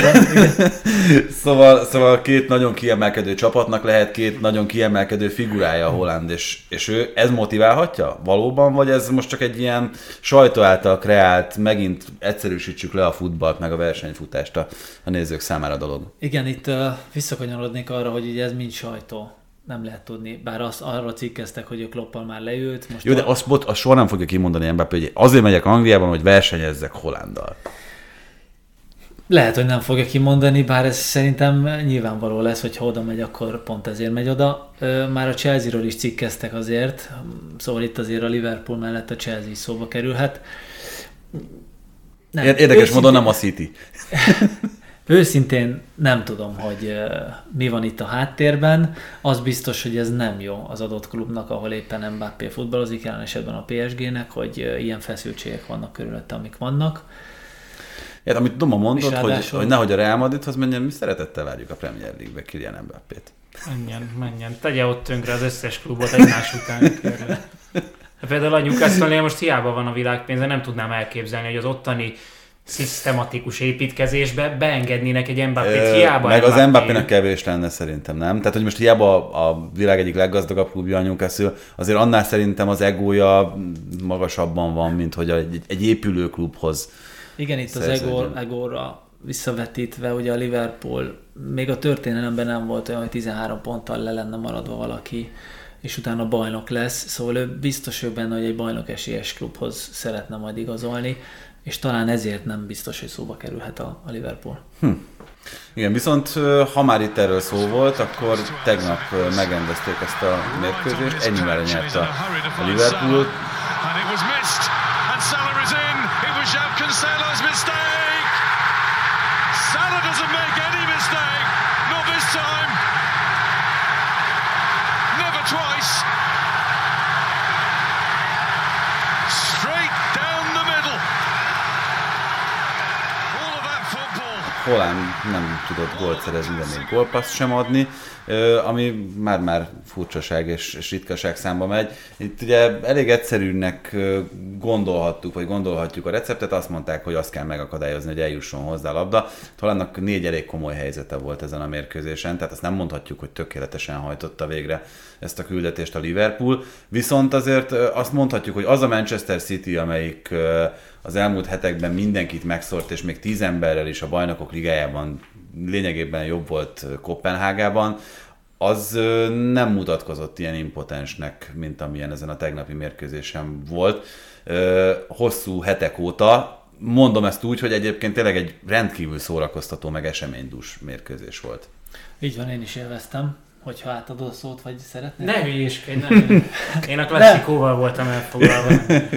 Szóval két nagyon kiemelkedő csapatnak lehet két nagyon kiemelkedő figurája a Holland, és ő ez motiválhatja valóban, vagy ez most csak egy ilyen sajtó által kreált, megint egyszerűsítsük le a futballt, meg a versenyfutást a nézők számára a dolog? Igen, itt visszakanyarodnék arra, hogy ugye ez mind sajtó. Nem lehet tudni, bár arra cikkeztek, hogy a Kloppal már leült. Most jó, de azt soha nem fogja kimondani Mbappé, hogy azért megyek Angliában, hogy versenyezzek Hollanddal. Lehet, hogy nem fogja kimondani, bár ez szerintem nyilvánvaló lesz, hogy ha oda megy, akkor pont ezért megy oda. Már a Chelsea-ről is cikkeztek azért, szóval itt azért a Liverpool mellett a Chelsea is szóba kerülhet. Nem, érdekes módon nem a City. Őszintén nem tudom, hogy mi van itt a háttérben. Az biztos, hogy ez nem jó az adott klubnak, ahol éppen Mbappé futballozik, jelen esetben a PSG-nek, hogy ilyen feszültségek vannak körülötte, amik vannak. Amit Doma mondott, hogy nehogy a Real Madridhoz menjen, mi szeretettel várjuk a Premier League-be Kylian Mbappét. Menjen. Tegye ott tönkre az összes klubot egymás után. Például a Newcastle-nél most hiába van a világpénze, nem tudnám elképzelni, hogy az ottani szisztematikus építkezésbe beengednének egy Mbappét, hiába meg az Mbappének kevés lenne szerintem, nem? Tehát, hogy most hiába a világ egyik leggazdagabb klubja a Newcastle, azért annál szerintem az egója magasabban van, mint hogy egy épülő klubhoz. Igen, itt az egóra visszavetítve, ugye a Liverpool még a történelemben nem volt olyan, hogy 13 ponttal le lenne maradva valaki, és utána bajnok lesz, szóval ő biztos benne, hogy egy bajnok esélyes klubhoz szeretne majd igazolni, és talán ezért nem biztos, hogy szóba kerülhet a Liverpool. Igen, viszont ha már itt erről szó volt, akkor tegnap megrendezték ezt a mérkőzést, ennyivel nyerte a Liverpool. Haaland nem tudott gólt szerezni, de még gólpaszt sem adni, ami már furcsaság és ritkaság számba megy. Itt ugye elég egyszerűnek gondolhatjuk a receptet, azt mondták, hogy azt kell megakadályozni, hogy eljusson hozzá a labda. Haalandnak 4 elég komoly helyzete volt ezen a mérkőzésen, tehát azt nem mondhatjuk, hogy tökéletesen hajtotta végre ezt a küldetést a Liverpool, viszont azért azt mondhatjuk, hogy az a Manchester City, amelyik az elmúlt hetekben mindenkit megszórt, és még 10 emberrel is a Bajnokok Ligájában lényegében jobb volt Koppenhágában, az nem mutatkozott ilyen impotensnek, mint amilyen ezen a tegnapi mérkőzésen volt. Hosszú hetek óta, mondom ezt úgy, hogy egyébként tényleg egy rendkívül szórakoztató, meg eseménydús mérkőzés volt. Így van, én is élveztem. Hogyha átadod a szót, vagy szeretnél? Ne hülyéskedj, nem. Én a klasszikóval voltam elfoglalva.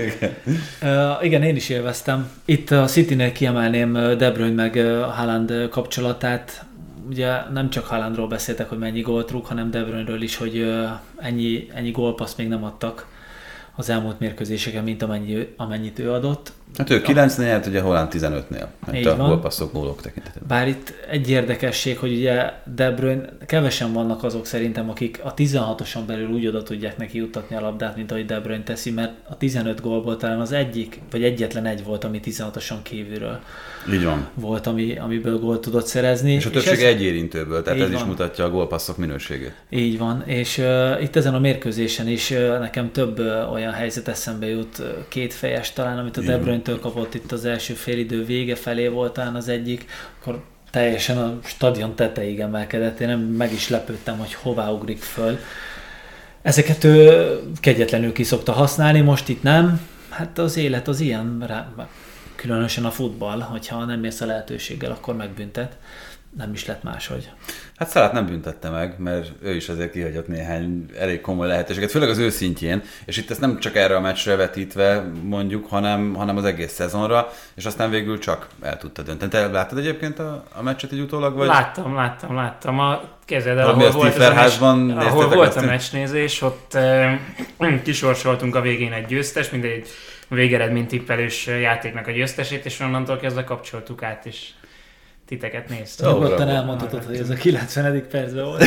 Igen, én is élveztem. Itt a Citynél kiemelném De Bruyne meg Haaland kapcsolatát. Ugye nem csak Haalandról beszéltek, hogy mennyi gólt rúg, hanem De Bruyne-ről is, hogy ennyi gólpaszt még nem adtak az elmúlt mérkőzéseken, mint amennyit ő adott. Hát ő 9-nél, ugye Haaland 15-nél, mert a gólpasszok, gólok tekintetében. Bár itt egy érdekesség, hogy ugye De Bruyne, kevesen vannak azok szerintem, akik a 16-oson belül úgy oda tudják neki juttatni a labdát, mint ahogy De Bruyne teszi, mert a 15 gólból talán az egyik, vagy egyetlen egy volt, ami 16-oson kívülről így van. Volt, amiből gólt tudott szerezni. És a többség egy érintőből, tehát ez is mutatja a gólpasszok minőségét. Így van, és itt ezen a mérkőzésen is nekem több olyan helyzet eszembe jut, kétfejes talán, amit a De Bruyne-től kapott itt az első félidő vége felé volt talán az egyik, akkor teljesen a stadion tetejéig emelkedett, én meg is lepődtem, hogy hová ugrik föl. Ezeket ő kegyetlenül ki szokta használni, most itt nem. Hát az élet az ilyen, különösen a futball, hogyha nem érsz a lehetőséggel, akkor megbüntet. Nem is lett máshogy. Hát Salát nem büntette meg, mert ő is azért kihagyott néhány elég komoly lehetőséget, főleg az ő szintjén, és itt ezt nem csak erre a meccsre vetítve mondjuk, hanem az egész szezonra, és aztán végül csak el tudta dönteni. Te láttad egyébként a meccset így utólag? Vagy? Láttam. Kezded el, ahol volt a meccsnézés, ott kisorsoltunk a végén egy győztes, mindegy végeredmény tippelős játéknak a győztesét, és onnantól kezdve kapcsoltuk át, és titeket néztem. Nyugodtan elmondhatod, hogy ez a 90. percben volt.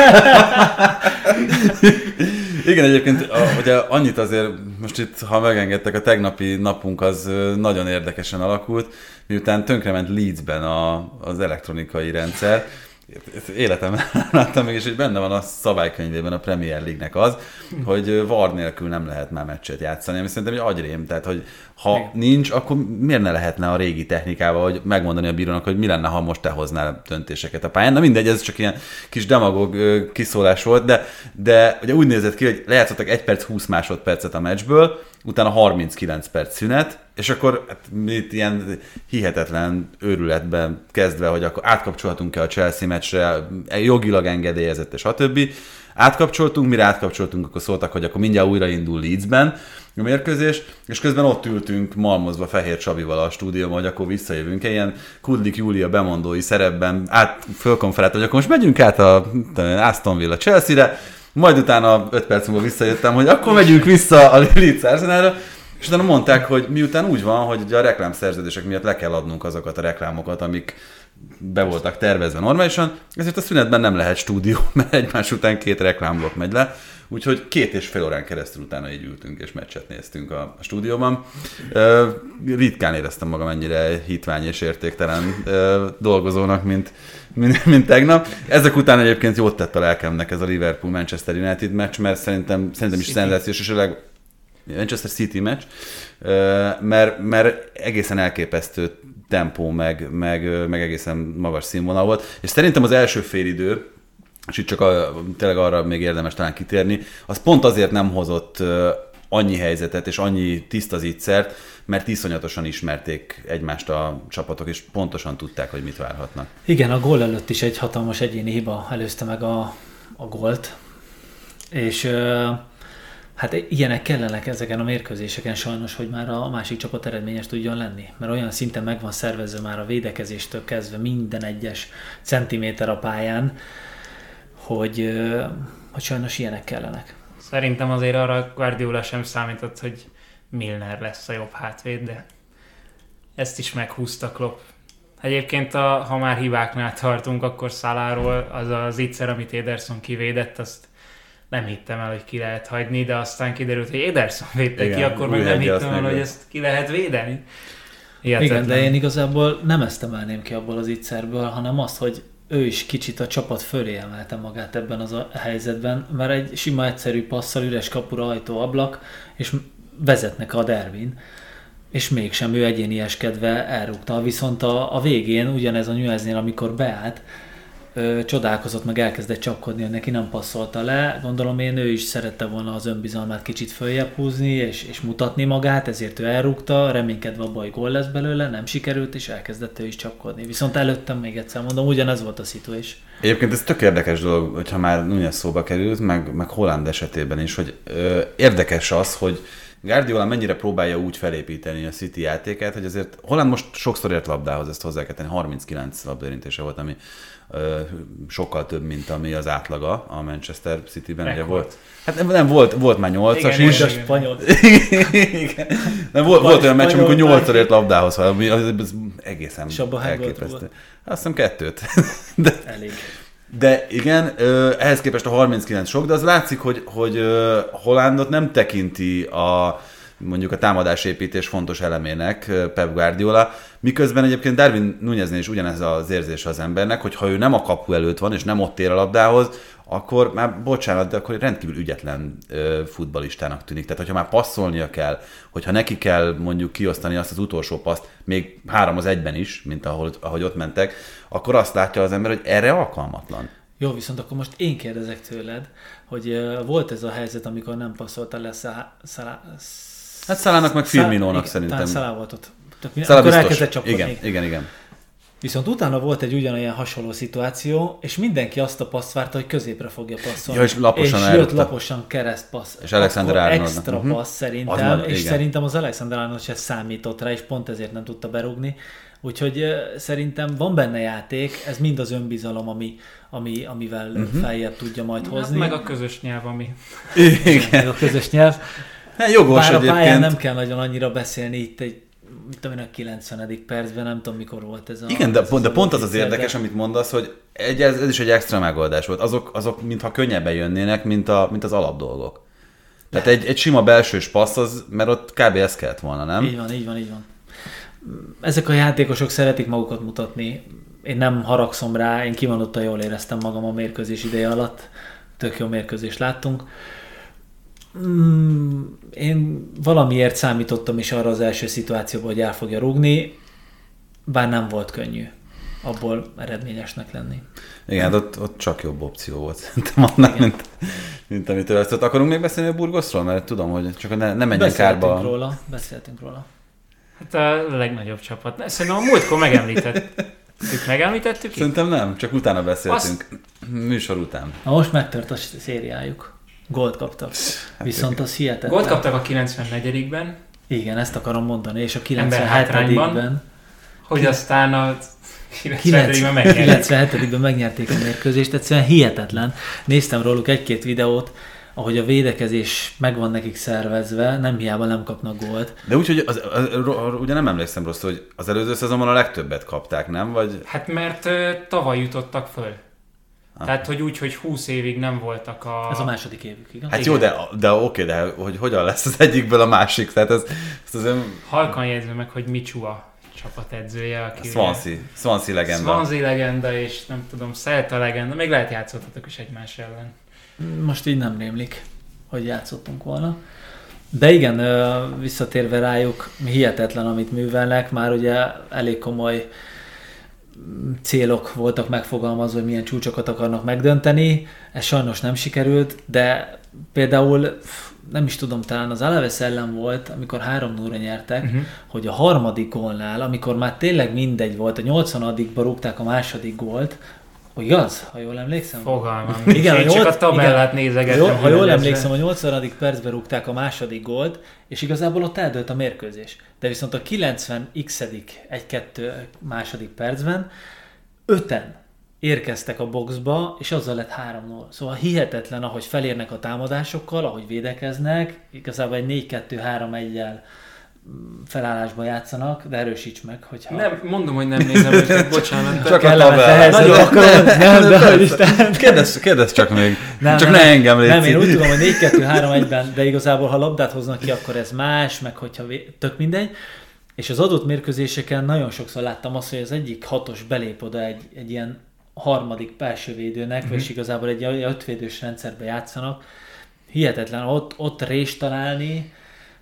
Igen, egyébként ugye annyit azért, most itt, ha megengedtek, a tegnapi napunk az nagyon érdekesen alakult, miután tönkrement Leedsben az elektronikai rendszer. Életemben láttam még, és hogy benne van a szabálykönyvében a Premier League-nek az, hogy VAR nélkül nem lehet már meccset játszani, ami szerintem egy agyrém, tehát hogy ha nincs, akkor miért ne lehetne a régi technikával, hogy megmondani a bírónak, hogy mi lenne, ha most te hoznál döntéseket a pályán. Na mindegy, ez csak ilyen kis demagóg kiszólás volt, de ugye úgy nézett ki, hogy lejátszottak 1 perc 20 másodpercet a meccsből, utána 39 perc szünet, és akkor hát, itt ilyen hihetetlen őrületben kezdve, hogy akkor átkapcsolhatunk-e a Chelsea meccsre, jogilag engedélyezett, és stb. Mire átkapcsoltunk, akkor szóltak, hogy akkor mindjárt újraindul Leedsben a mérkőzés, és közben ott ültünk malmozva Fehér Csabival a stúdióban, hogy akkor visszajövünk, ilyen Kudlik Júlia bemondói szerepben fölkonferált, hogy akkor most megyünk át a Aston Villa Chelsea-re, majd utána 5 perc múlva visszajöttem, hogy akkor megyünk vissza a Leeds Arsenalra, És utána mondták, hogy miután úgy van, hogy a reklámszerződések miatt le kell adnunk azokat a reklámokat, amik be voltak tervezve normálisan, ezért a szünetben nem lehet stúdió, mert egymás után 2 reklámblokk megy le. Úgyhogy 2,5 órán keresztül utána így ültünk és meccset néztünk a stúdióban. Ritkán éreztem magam ennyire hitvány és értéktelen dolgozónak, mint tegnap. Ezek után egyébként jót tett a lelkemnek ez a Liverpool-Manchester United meccs, mert szerintem is szenzációs, és a Manchester City meccs, mert egészen elképesztő tempó, meg egészen magas színvonal volt. És szerintem az első félidő, és itt csak tényleg arra még érdemes talán kitérni, az pont azért nem hozott annyi helyzetet és annyi tiszta zicsert, mert iszonyatosan ismerték egymást a csapatok, és pontosan tudták, hogy mit várhatnak. Igen, a gól előtt is egy hatalmas egyéni hiba előzte meg a gólt, és hát ilyenek kellenek ezeken a mérkőzéseken sajnos, hogy már a másik csapat eredményes tudjon lenni, mert olyan szinten meg van szervezve már a védekezéstől kezdve minden egyes centiméter a pályán, hogy sajnos ilyenek kellenek. Szerintem azért arra Guardiola sem számított, hogy Milner lesz a jobb hátvéd, de ezt is meghúzta Klopp. Egyébként, ha már hibáknál tartunk, akkor Salahról az az zicser, amit Ederson kivédett, azt nem hittem el, hogy ki lehet hagyni, de aztán kiderült, hogy Ederson védte ki, akkor meg nem hittem el, hogy ezt ki lehet védeni. Igen, de én igazából nem ezt emelném ki abból az zicserből, hanem azt, hogy ő is kicsit a csapat fölé emelte magát ebben az a helyzetben, mert egy sima egyszerű passzal, üres kapura, ajtó, ablak, és vezetnek a derbin, és mégsem ő egyénieskedve elrúgta. Viszont a végén, ugyanez a Newellsnél, amikor beállt, csodálkozott, meg elkezdett csapkodni, hogy neki nem passzolta le. Gondolom én, ő is szerette volna az önbizalmát kicsit följebb húzni, és mutatni magát, ezért ő elrúgta, reménykedve abban, hogy gól lesz belőle, nem sikerült, és elkezdett ő is csapkodni. Viszont előttem még egyszer mondom, ugyanez volt a szitu is. Egyébként ez tök érdekes dolog, hogyha már Núñez szóba került, meg Haaland esetében is, hogy érdekes az, hogy Guardiola mennyire próbálja úgy felépíteni a City játékát, hogy azért Haaland most sokszor ért labdához, ezt hozzá kell tenni, 39 labdaérintése volt, ami sokkal több, mint ami az átlaga a Manchester Cityben. Ugye volt. Hát nem volt már 8-as is. Igen. Nem, volt olyan meccs, amikor 8-szor ért labdához, ami az egészen elképesztő. Azt hiszem 2. Elég. De igen, ehhez képest a 39 sok, de az látszik, hogy Haalandot nem tekinti mondjuk a támadásépítés fontos elemének Pep Guardiola, miközben egyébként Darwin Núñeznél is ugyanez az érzése az embernek, hogy ha ő nem a kapu előtt van, és nem ott ér a labdához, akkor már, bocsánat, de akkor rendkívül ügyetlen futballistának tűnik. Tehát, hogyha már passzolnia kell, hogyha neki kell mondjuk kiosztani azt az utolsó paszt, még 3-1 is, mint ahogy ott mentek, akkor azt látja az ember, hogy erre alkalmatlan. Jó, viszont akkor most én kérdezek tőled, hogy volt ez a helyzet, amikor nem passzolta le Hát Salahnak meg Firminónak szerintem. Salah volt ott. Akkor elkezdett csapkodni. Igen. Viszont utána volt egy ugyanolyan hasonló szituáció, és mindenki azt a paszt várta, hogy középre fogja passzolni. Ja, és laposan és jött laposan keresztpassz. És Alexander Arnold. Extra passz szerintem, és szerintem az Alexander Arnold se számított rá, és pont ezért nem tudta berúgni. Úgyhogy szerintem van benne játék, ez mind az önbizalom, amivel feljebb tudja majd hozni. Meg a közös nyelv, ami... Igen. Meg a közös nyelv. Jogos bár egyébként. A pályán nem kell nagyon annyira beszélni, itt egy a 90. percben, nem tudom mikor volt ez a... Igen, de pont az érdekes, amit mondasz, hogy ez is egy extra megoldás volt. Azok mintha könnyebben jönnének, mint az alapdolgok. Tehát egy sima belsős passz, mert ott kb. Ez kellett volna, nem? Így van. Ezek a játékosok szeretik magukat mutatni. Én nem haragszom rá, én kimondottan jól éreztem magam a mérkőzés ideje alatt. Tök jó mérkőzést láttunk. Én valamiért számítottam is arra az első szituációban, hogy el fogja rúgni, bár nem volt könnyű abból eredményesnek lenni. Igen, ott csak jobb opció volt szerintem annak, mint amit ő ezt. Akarunk még beszélni a Burgosról? Mert tudom, hogy csak ne menjen kárba. Beszéltünk róla. Hát a legnagyobb csapat. Szerintem a múltkor megemlítettük. Szerintem nem, csak utána beszéltünk. Műsor után. Most megtört a szériájuk. Gólt kaptak. Viszont az hihetetlen. Gólt kaptak a 94-ben. Igen, ezt akarom mondani, és a 97-ben. Hogy aztán a 97-ben megnyerték a mérkőzést, egyszerűen hihetetlen. Néztem róluk egy-két videót, ahogy a védekezés meg van nekik szervezve, nem hiába nem kapnak gólt. De úgyhogy ugye nem emlékszem rosszul, hogy az előző szezonban a legtöbbet kapták, nem? Vagy... Hát mert tavaly jutottak föl. Tehát, hogy úgy, hogy 20 évig nem voltak a... Ez a második évük, igaz? Hát jó, de oké, de hogy hogyan lesz az egyikből a másik? Tehát ez azért... Halkan jegyzem meg, hogy Michua csapatedzője, aki... Swansea legenda. Swansea legenda, és nem tudom, Celta legenda. Még lehet játszottatok is egymás ellen. Most így nem rémlik, hogy játszottunk volna. De igen, visszatérve rájuk, hihetetlen, amit művelnek. Már ugye elég komoly célok voltak megfogalmazva, hogy milyen csúcsokat akarnak megdönteni. Ez sajnos nem sikerült, de például nem is tudom, talán az Alaves ellen volt, amikor 3-0-ra nyertek, hogy a harmadik gólnál, amikor már tényleg mindegy volt, a 80-adikba rúgták a második gólt, igaz? Ha jól emlékszem? Fogalmam. Igen, én csak a tabellát nézegettem. Ha jól emlékszem, a 80. percben rúgták a második gólt, és igazából ott eldőlt a mérkőzés. De viszont a 90x 1-2 második percben 5-en érkeztek a boxba, és azzal lett 3-0. Szóval hihetetlen, ahogy felérnek a támadásokkal, ahogy védekeznek, igazából egy 4-2-3-1-jel felállásban játszanak, de erősíts meg, hogyha... Nem, mondom, hogy nem nézem őket, bocsánat. Csak a tabellát. Nagyon akarod, nem, de hogy Isten. Kérdezz csak még. Csak ne engem légy. Nem, én úgy tudom, hogy 4-2-3-1-ben, de igazából ha labdát hoznak ki, akkor ez más, meg hogyha tök mindegy. És az adott mérkőzéseken nagyon sokszor láttam azt, hogy az egyik hatos belép oda egy ilyen harmadik belsővédőnek, és igazából egy ötvédős rendszerbe játszanak. Hihetetlen, ott rést találni,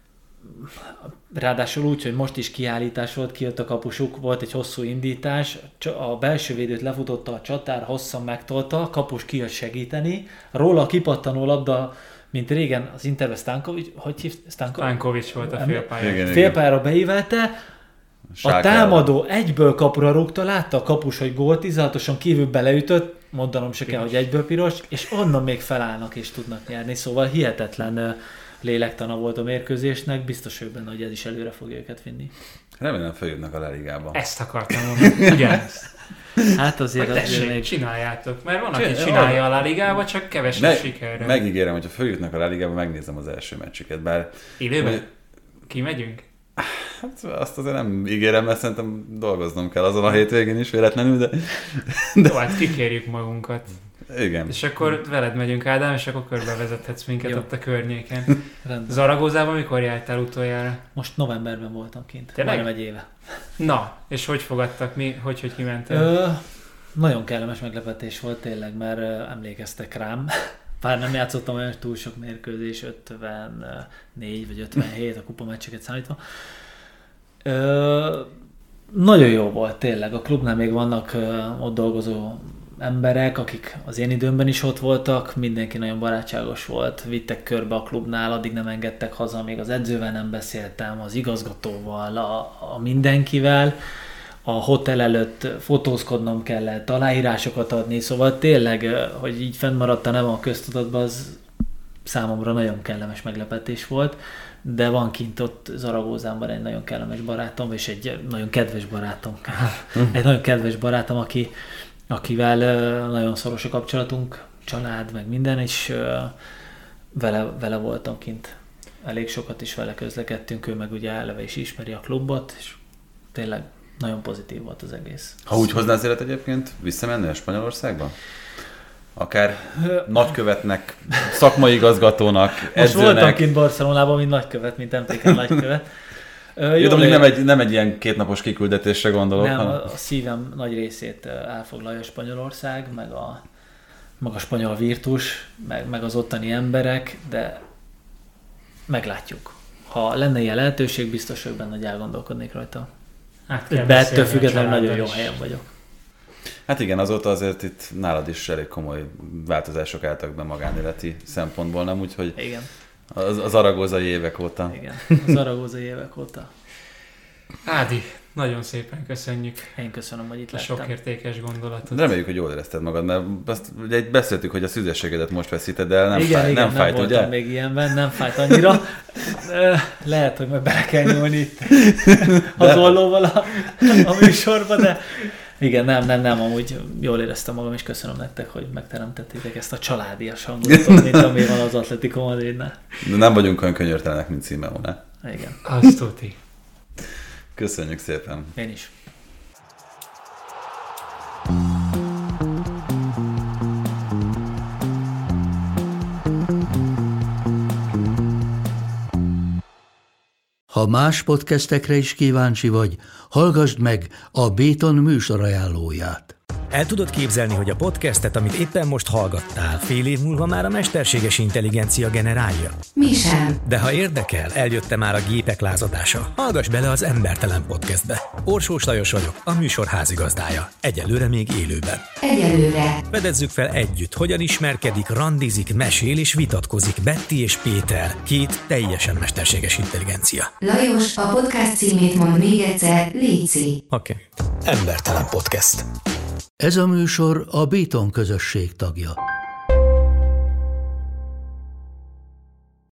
ráadásul úgy, hogy most is kiállítás volt, kijött a kapusuk, volt egy hosszú indítás, a belső védőt lefutotta a csatár, hosszan megtolta, a kapus kijött segíteni, róla a kipattanó labda, mint régen az Interbe Stankovic, hogy hívt? Stankovic volt a félpályán. Félpályára beívelte, a támadó egyből kapura rúgta, látta a kapus, hogy gólt, 16-oson kívül beleütött, mondanom se kell, hogy egyből piros, és onnan még felállnak és tudnak nyerni, szóval hihetetlen lélektana volt a mérkőzésnek, biztos vagyok benne, hogy ez is előre fogja őket vinni. Remélem feljutnak a La Ligába. Ezt akartam mondani, ugyanezt. Hát azért még csináljátok, mert van, aki csinálja a La Ligába, csak kevesebb sikerre. Megígérem, hogyha feljutnak a La Ligába, megnézem az első meccsüket, bár... Élőben? Kimegyünk? Hát azt azért nem ígérem, mert szerintem dolgoznom kell azon a hétvégén is véletlenül, de... Jó, hát kikérjük magunkat. Igen. És akkor veled megyünk, Ádám, és akkor körbevezethetsz minket ott a környéken. Zaragozában mikor jártál utoljára? Most novemberben voltam kint. Tényleg? Majdnem egy éve. Na, és hogy fogadtak? Hogy kimentél? Nagyon kellemes meglepetés volt tényleg, mert emlékeztek rám. Bár nem játszottam olyan túl sok mérkőzés, 54 vagy 57 a kupameccseket számítva. Nagyon jó volt tényleg. A klubnál még vannak ott dolgozó emberek, akik az én időmben is ott voltak, mindenki nagyon barátságos volt, vittek körbe a klubnál, addig nem engedtek haza, még az edzővel nem beszéltem, az igazgatóval, a mindenkivel. A hotel előtt fotózkodnom kellett, aláírásokat adni, szóval tényleg, hogy így fennmaradt a nevem a köztudatban, az számomra nagyon kellemes meglepetés volt, de van kint ott Zaragozánban egy nagyon kellemes barátom, és egy nagyon kedves barátom. Egy nagyon kedves barátom, akivel nagyon szoros a kapcsolatunk, család, meg minden, és vele voltam kint. Elég sokat is vele közlekedtünk, ő meg ugye eleve is ismeri a klubot, és tényleg nagyon pozitív volt az egész. Ha úgy hozná az élet egyébként, visszamennél Spanyolországba? Akár nagykövetnek, szakmai igazgatónak, edzőnek. Most voltam kint Barcelonában, mint nagykövet, mint MTK nagykövet. Jó, nem egy ilyen kétnapos kiküldetésre gondolok. Nem, a szívem nagy részét elfoglalja Spanyolország, meg a spanyol virtus, meg az ottani emberek, de meglátjuk. Ha lenne ilyen lehetőség, biztos vagyok benne, hogy elgondolkodnék rajta. Hát de ettől függetlenül nagyon jó helyen vagyok. Hát igen, azóta azért itt nálad is elég komoly változások álltak be magánéleti szempontból, nem? Úgyhogy igen. Az aragózai évek óta. Igen, az aragózai évek óta. Ádi, nagyon szépen köszönjük. Én köszönöm, hogy itt lettem. Sok értékes gondolatot. Reméljük, hogy jól érezted magad, mert ugye beszéltük, hogy a szüzességedet most veszíted el, nem nem fájt, ugye? Voltam még ilyenben, nem fájt annyira. Lehet, hogy majd bele kell nyúlni itt az ollóval a műsorba, Igen, nem, amúgy jól éreztem magam, és köszönöm nektek, hogy megteremtettétek ezt a családias hangulatot, mint ami van az Atletico Madridnál. De nem vagyunk olyan könyörtelenek, mint Simeone. Igen. Azt tuti. Köszönjük szépen. Én is. Ha más podcastekre is kíváncsi vagy, hallgassd meg a Béton műsor ajánlóját. El tudod képzelni, hogy a podcastet, amit éppen most hallgattál, fél év múlva már a mesterséges intelligencia generálja? Mi sem. De ha érdekel, eljött már a gépek lázadása. Hallgass bele az Embertelen Podcastbe. Orsós Lajos vagyok, a műsor házigazdája. Egyelőre még élőben. Egyelőre. Fedezzük fel együtt, hogyan ismerkedik, randizik, mesél és vitatkozik Betty és Péter, két teljesen mesterséges intelligencia. Lajos, a podcast címét mond még egyszer, léci. Oké. Embertelen Podcast. Ez a műsor a Béton közösség tagja.